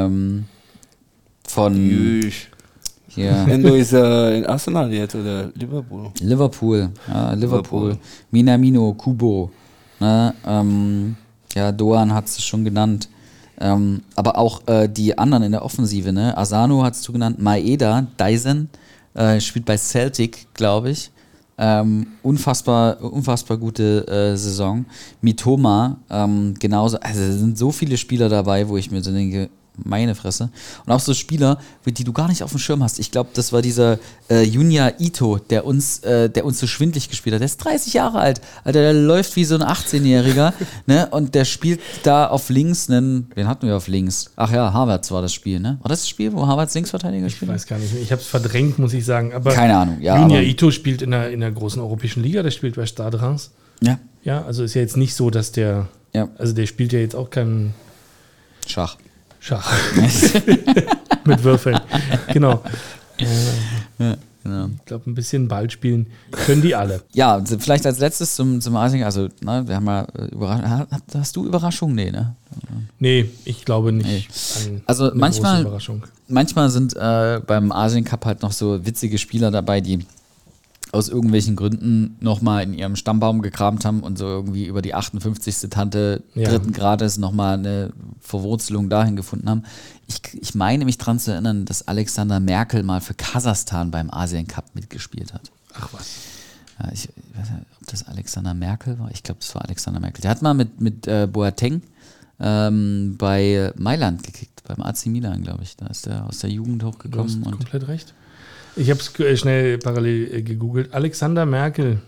von Jüsch. hier. Endo ist in Arsenal jetzt oder Liverpool. Liverpool. Minamino, Kubo. Ne? Doan hat es schon genannt. Aber auch die anderen in der Offensive, ne? Asano hat es genannt, Maeda, Dyson, spielt bei Celtic, glaube ich. Unfassbar gute Saison. Mitoma, genauso. Also es sind so viele Spieler dabei, wo ich mir so denke, meine Fresse. Und auch so Spieler, die du gar nicht auf dem Schirm hast. Ich glaube, das war dieser Junya Ito, der uns so schwindlig gespielt hat. Der ist 30 Jahre alt. Alter, der läuft wie so ein 18-Jähriger. Ne? Und der spielt da auf links wen hatten wir auf links? Ach ja, Havertz war das Spiel, ne? War das das Spiel, wo Havertz Linksverteidiger Ich spielt? weiß gar nicht mehr. Ich habe es verdrängt, muss ich sagen. Aber Keine Ahnung. Ja, Junya aber, Ito spielt in der großen europäischen Liga. Der spielt bei Stade Reims. ja, Ja, also ist ja jetzt nicht so, dass der... Ja. Also der spielt ja jetzt auch keinen Schach. Schach. Mit Würfeln. Genau. Ja, genau. Ich glaube, ein bisschen Ball spielen können die alle. Ja, vielleicht als letztes zum Asien, also, ne, wir haben ja hast du Überraschung? Nee, ne? Nee, ich glaube nicht an Also eine große Überraschung. manchmal sind beim Asien Cup halt noch so witzige Spieler dabei, die aus irgendwelchen Gründen nochmal in ihrem Stammbaum gekramt haben und so irgendwie über die 58. Tante dritten Grades nochmal eine Verwurzelung dahin gefunden haben. Ich meine mich daran zu erinnern, dass Alexander Merkel mal für Kasachstan beim Asien Cup mitgespielt hat. Ach was. Ja, ich weiß nicht, ob das Alexander Merkel war. Ich glaube, das war Alexander Merkel. Der hat mal mit Boateng bei Mailand gekickt, beim AC Milan, glaube ich. Da ist er aus der Jugend Du hochgekommen. hast Und komplett recht. Ich habe es schnell parallel gegoogelt. Alexander Merkel,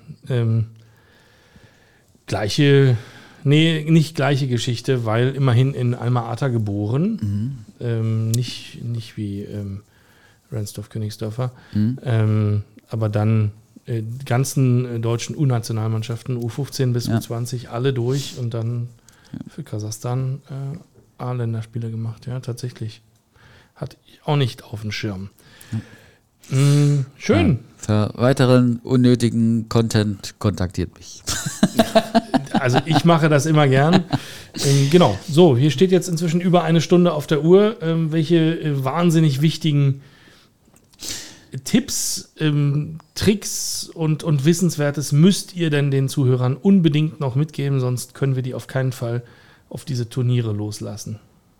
nicht gleiche Geschichte, weil immerhin in Alma-Ata geboren. Nicht wie Ransdorf-Königsdörfer. Aber dann die ganzen deutschen U-Nationalmannschaften, U15 bis U20, alle durch und dann für Kasachstan A-Länderspiele gemacht. Ja, tatsächlich. Hatte ich auch nicht auf dem Schirm. Schön. für weiteren unnötigen Content kontaktiert mich. Also ich mache das immer gern. Genau. So, hier steht jetzt inzwischen über eine Stunde auf der Uhr. Welche wahnsinnig wichtigen Tipps, Tricks und Wissenswertes müsst ihr denn den Zuhörern unbedingt noch mitgeben, sonst können wir die auf keinen Fall auf diese Turniere loslassen.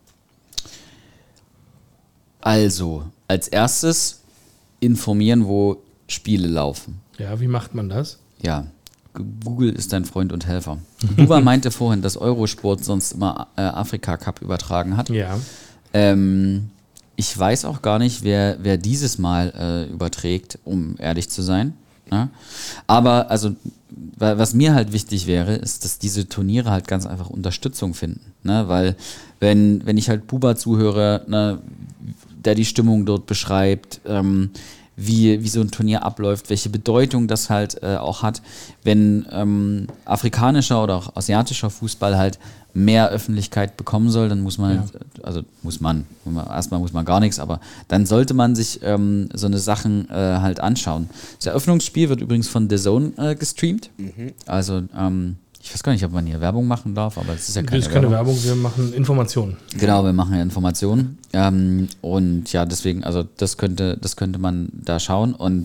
Also, als erstes informieren, wo Spiele laufen. Ja, wie macht man das? Ja, Google ist dein Freund und Helfer. Duva meinte vorhin, dass Eurosport sonst immer Afrika Cup übertragen hat. Ja. Ich weiß auch gar nicht, wer dieses Mal überträgt, um ehrlich zu sein. Ja? Aber also, was mir halt wichtig wäre, ist, dass diese Turniere halt ganz einfach Unterstützung finden. Ne? Weil wenn ich halt Buba zuhöre, ne, der die Stimmung dort beschreibt, wie so ein Turnier abläuft, welche Bedeutung das halt auch hat, wenn afrikanischer oder auch asiatischer Fußball halt mehr Öffentlichkeit bekommen soll, dann muss man, erstmal muss man gar nichts, aber dann sollte man sich so eine Sachen halt anschauen. Das Eröffnungsspiel wird übrigens von DAZN gestreamt, also ich weiß gar nicht, ob man hier Werbung machen darf, aber es ist ja keine Das ist keine Werbung, wir machen Informationen. Genau, wir machen ja Informationen. Und ja, deswegen, also das könnte man da schauen. Und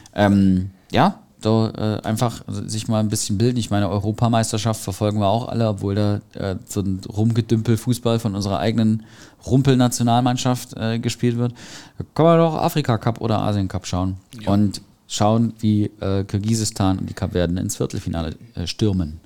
einfach sich mal ein bisschen bilden. Ich meine, Europameisterschaft verfolgen wir auch alle, obwohl da so ein Rumgedümpel-Fußball von unserer eigenen Rumpel-Nationalmannschaft gespielt wird. Da kann man doch Afrika Cup oder Asien Cup schauen. Ja. Und schauen, wie Kirgisistan und die Kapverden ins Viertelfinale stürmen.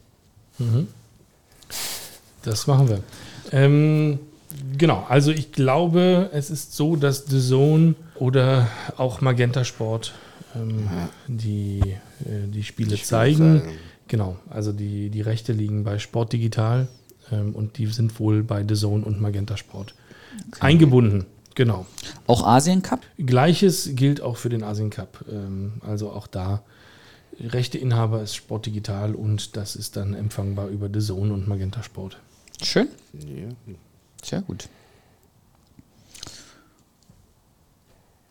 Das machen wir. Genau, also ich glaube, es ist so, dass DAZN oder auch Magenta Sport die Spiele zeigen. Genau, also die Rechte liegen bei Sport Digital und die sind wohl bei DAZN und Magenta Sport eingebunden. Genau. Auch Asien Cup? Gleiches gilt auch für den Asien Cup. Also auch da Rechteinhaber ist Sport Digital und das ist dann empfangbar über DAZN und Magenta Sport. Schön. Ja. Sehr gut.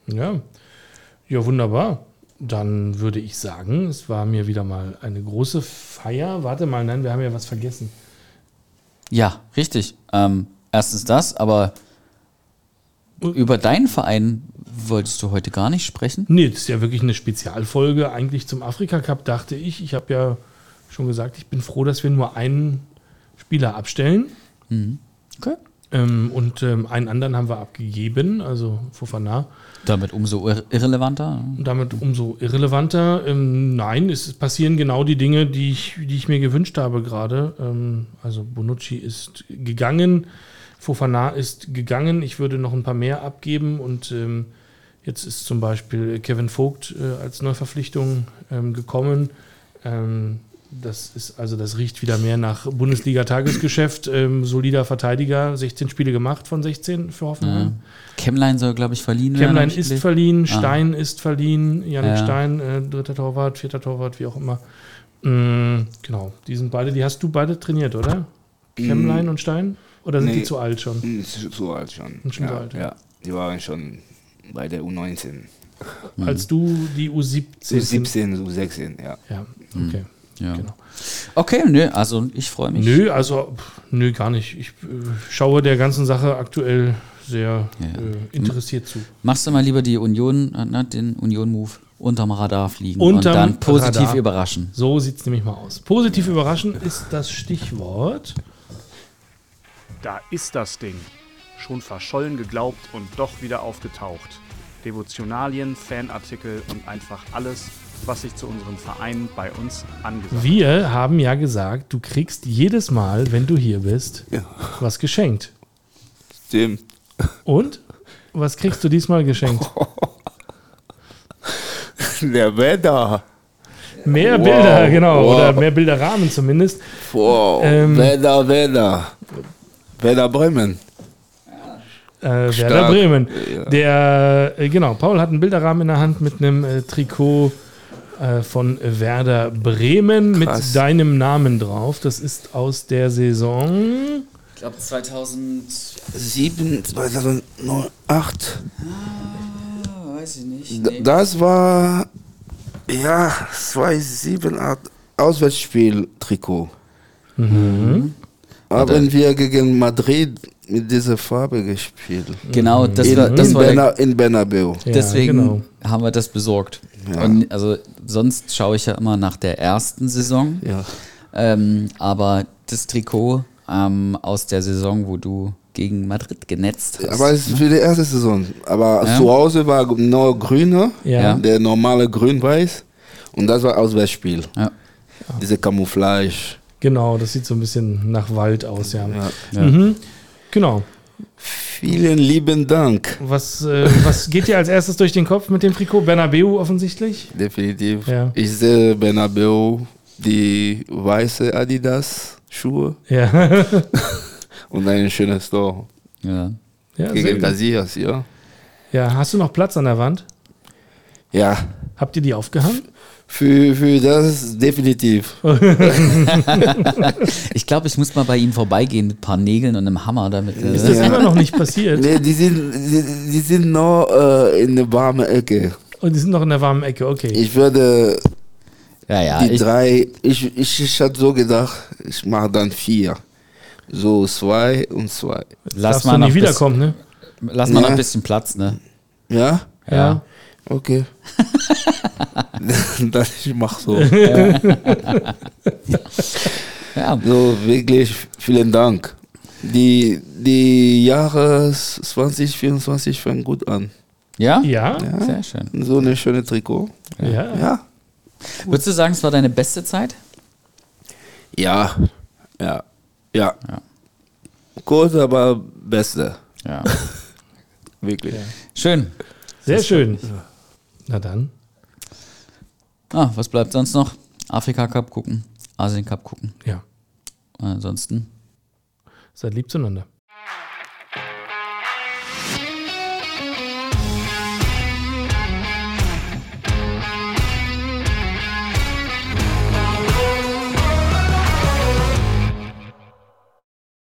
Ja. Ja, wunderbar. Dann würde ich sagen, es war mir wieder mal eine große Feier. Warte mal, nein, wir haben ja was vergessen. Ja, richtig. Erstens das, aber über deinen Verein wolltest du heute gar nicht sprechen? Nee, das ist ja wirklich eine Spezialfolge eigentlich zum Afrika-Cup, dachte ich. Ich habe ja schon gesagt, ich bin froh, dass wir nur einen Spieler abstellen. Okay. Und einen anderen haben wir abgegeben, also Fofana. Damit umso irrelevanter. Und damit umso irrelevanter. Nein, es passieren genau die Dinge, die ich mir gewünscht habe gerade. Also Bonucci ist gegangen, Fofana ist gegangen. Ich würde noch ein paar mehr abgeben und jetzt ist zum Beispiel Kevin Vogt als Neuverpflichtung gekommen. Das riecht wieder mehr nach Bundesliga-Tagesgeschäft. Solider Verteidiger, 16 Spiele gemacht von 16 für Hoffenheim. Ja. Kemmlein soll, glaube ich, verliehen werden. Kemmlein ist verliehen, Stein ist verliehen, Yannick Ja. Stein, dritter Torwart, vierter Torwart, wie auch immer. Genau, die hast du beide trainiert, oder? Kemmlein und Stein? Oder sind die zu alt schon? Zu alt schon. Sind schon zu alt. Ja, die waren schon bei der U19. Als du die U17... U17, U16, ja. Ja, okay. Ja. Genau. Okay, also ich freue mich. Nö, gar nicht. Ich schaue der ganzen Sache aktuell sehr interessiert zu. Machst du mal lieber die Union, den Union-Move unterm Radar fliegen und Unterm dann positiv Radar. überraschen. So sieht es nämlich mal aus. Positiv überraschen ist das Stichwort. Da ist das Ding. Schon verschollen geglaubt und doch wieder aufgetaucht. Devotionalien, Fanartikel und einfach alles, was sich zu unserem Verein bei uns angesagt hat. Wir haben ja gesagt, du kriegst jedes Mal, wenn du hier bist, was geschenkt. Stimmt. Und? Was kriegst du diesmal geschenkt? Der Wetter. Mehr Wow, Bilder, genau. wow. Oder mehr Bilderrahmen zumindest. Wow. Wetter. Werder Bremen. Werder Stark. Bremen. Ja. Genau, Paul hat einen Bilderrahmen in der Hand mit einem Trikot von Werder Bremen Krass. mit deinem Namen drauf. Das ist aus der Saison. Ich glaube 2000... 2008. weiß ich nicht. Das war 2007 Auswärtsspiel-Trikot. Haben wir gegen Madrid mit dieser Farbe gespielt. Genau, das war In Bernabeu. Ja, deswegen genau. haben wir das besorgt. Ja. Und also sonst schaue ich ja immer nach der ersten Saison. Ja. Aber das Trikot aus der Saison, wo du gegen Madrid genetzt hast. Aber es ist für die erste Saison. Aber Ja. zu Hause war nur grüner, Ja. der normale grün-weiß. Und das war Auswärtsspiel. Ja. Diese Camouflage. Genau, das sieht so ein bisschen nach Wald aus, ja. Ja. Genau. Vielen lieben Dank. Was geht dir als erstes durch den Kopf mit dem Trikot? Bernabeu offensichtlich? Definitiv. Ja. Ich sehe Bernabeu, die weiße Adidas-Schuhe Ja. und ein schönes Tor Ja. Ja, sehr gegen gut. Casillas, ja. Ja, hast du noch Platz an der Wand? Ja, Habt ihr die aufgehangen? für das definitiv. Ich glaube, ich muss mal bei ihm vorbeigehen mit ein paar Nägeln und einem Hammer, damit. Ist das immer noch nicht passiert? Nee, die sind noch in der warmen Ecke. Und die sind noch in der warmen Ecke, okay. Ich würde ja, die drei, ich hatte so gedacht, ich mache dann 4. So 2 und 2. lass Darfst mal du noch nie wiederkommen, ne? Lass mal noch Ja. ein bisschen Platz, ne? Ja? Ja. Okay. Ich mach so. Ja. So, wirklich vielen Dank. Die Jahre 2024 fangen gut an. Ja? Ja? Sehr schön. So eine schöne Trikot. Ja. Ja. Würdest du sagen, es war deine beste Zeit? Ja. Kurz, aber beste. Ja. Wirklich. Schön. Sehr schön. Na dann. Was bleibt sonst noch? Afrika Cup gucken, Asien Cup gucken. Ja. Ansonsten. Seid lieb zueinander.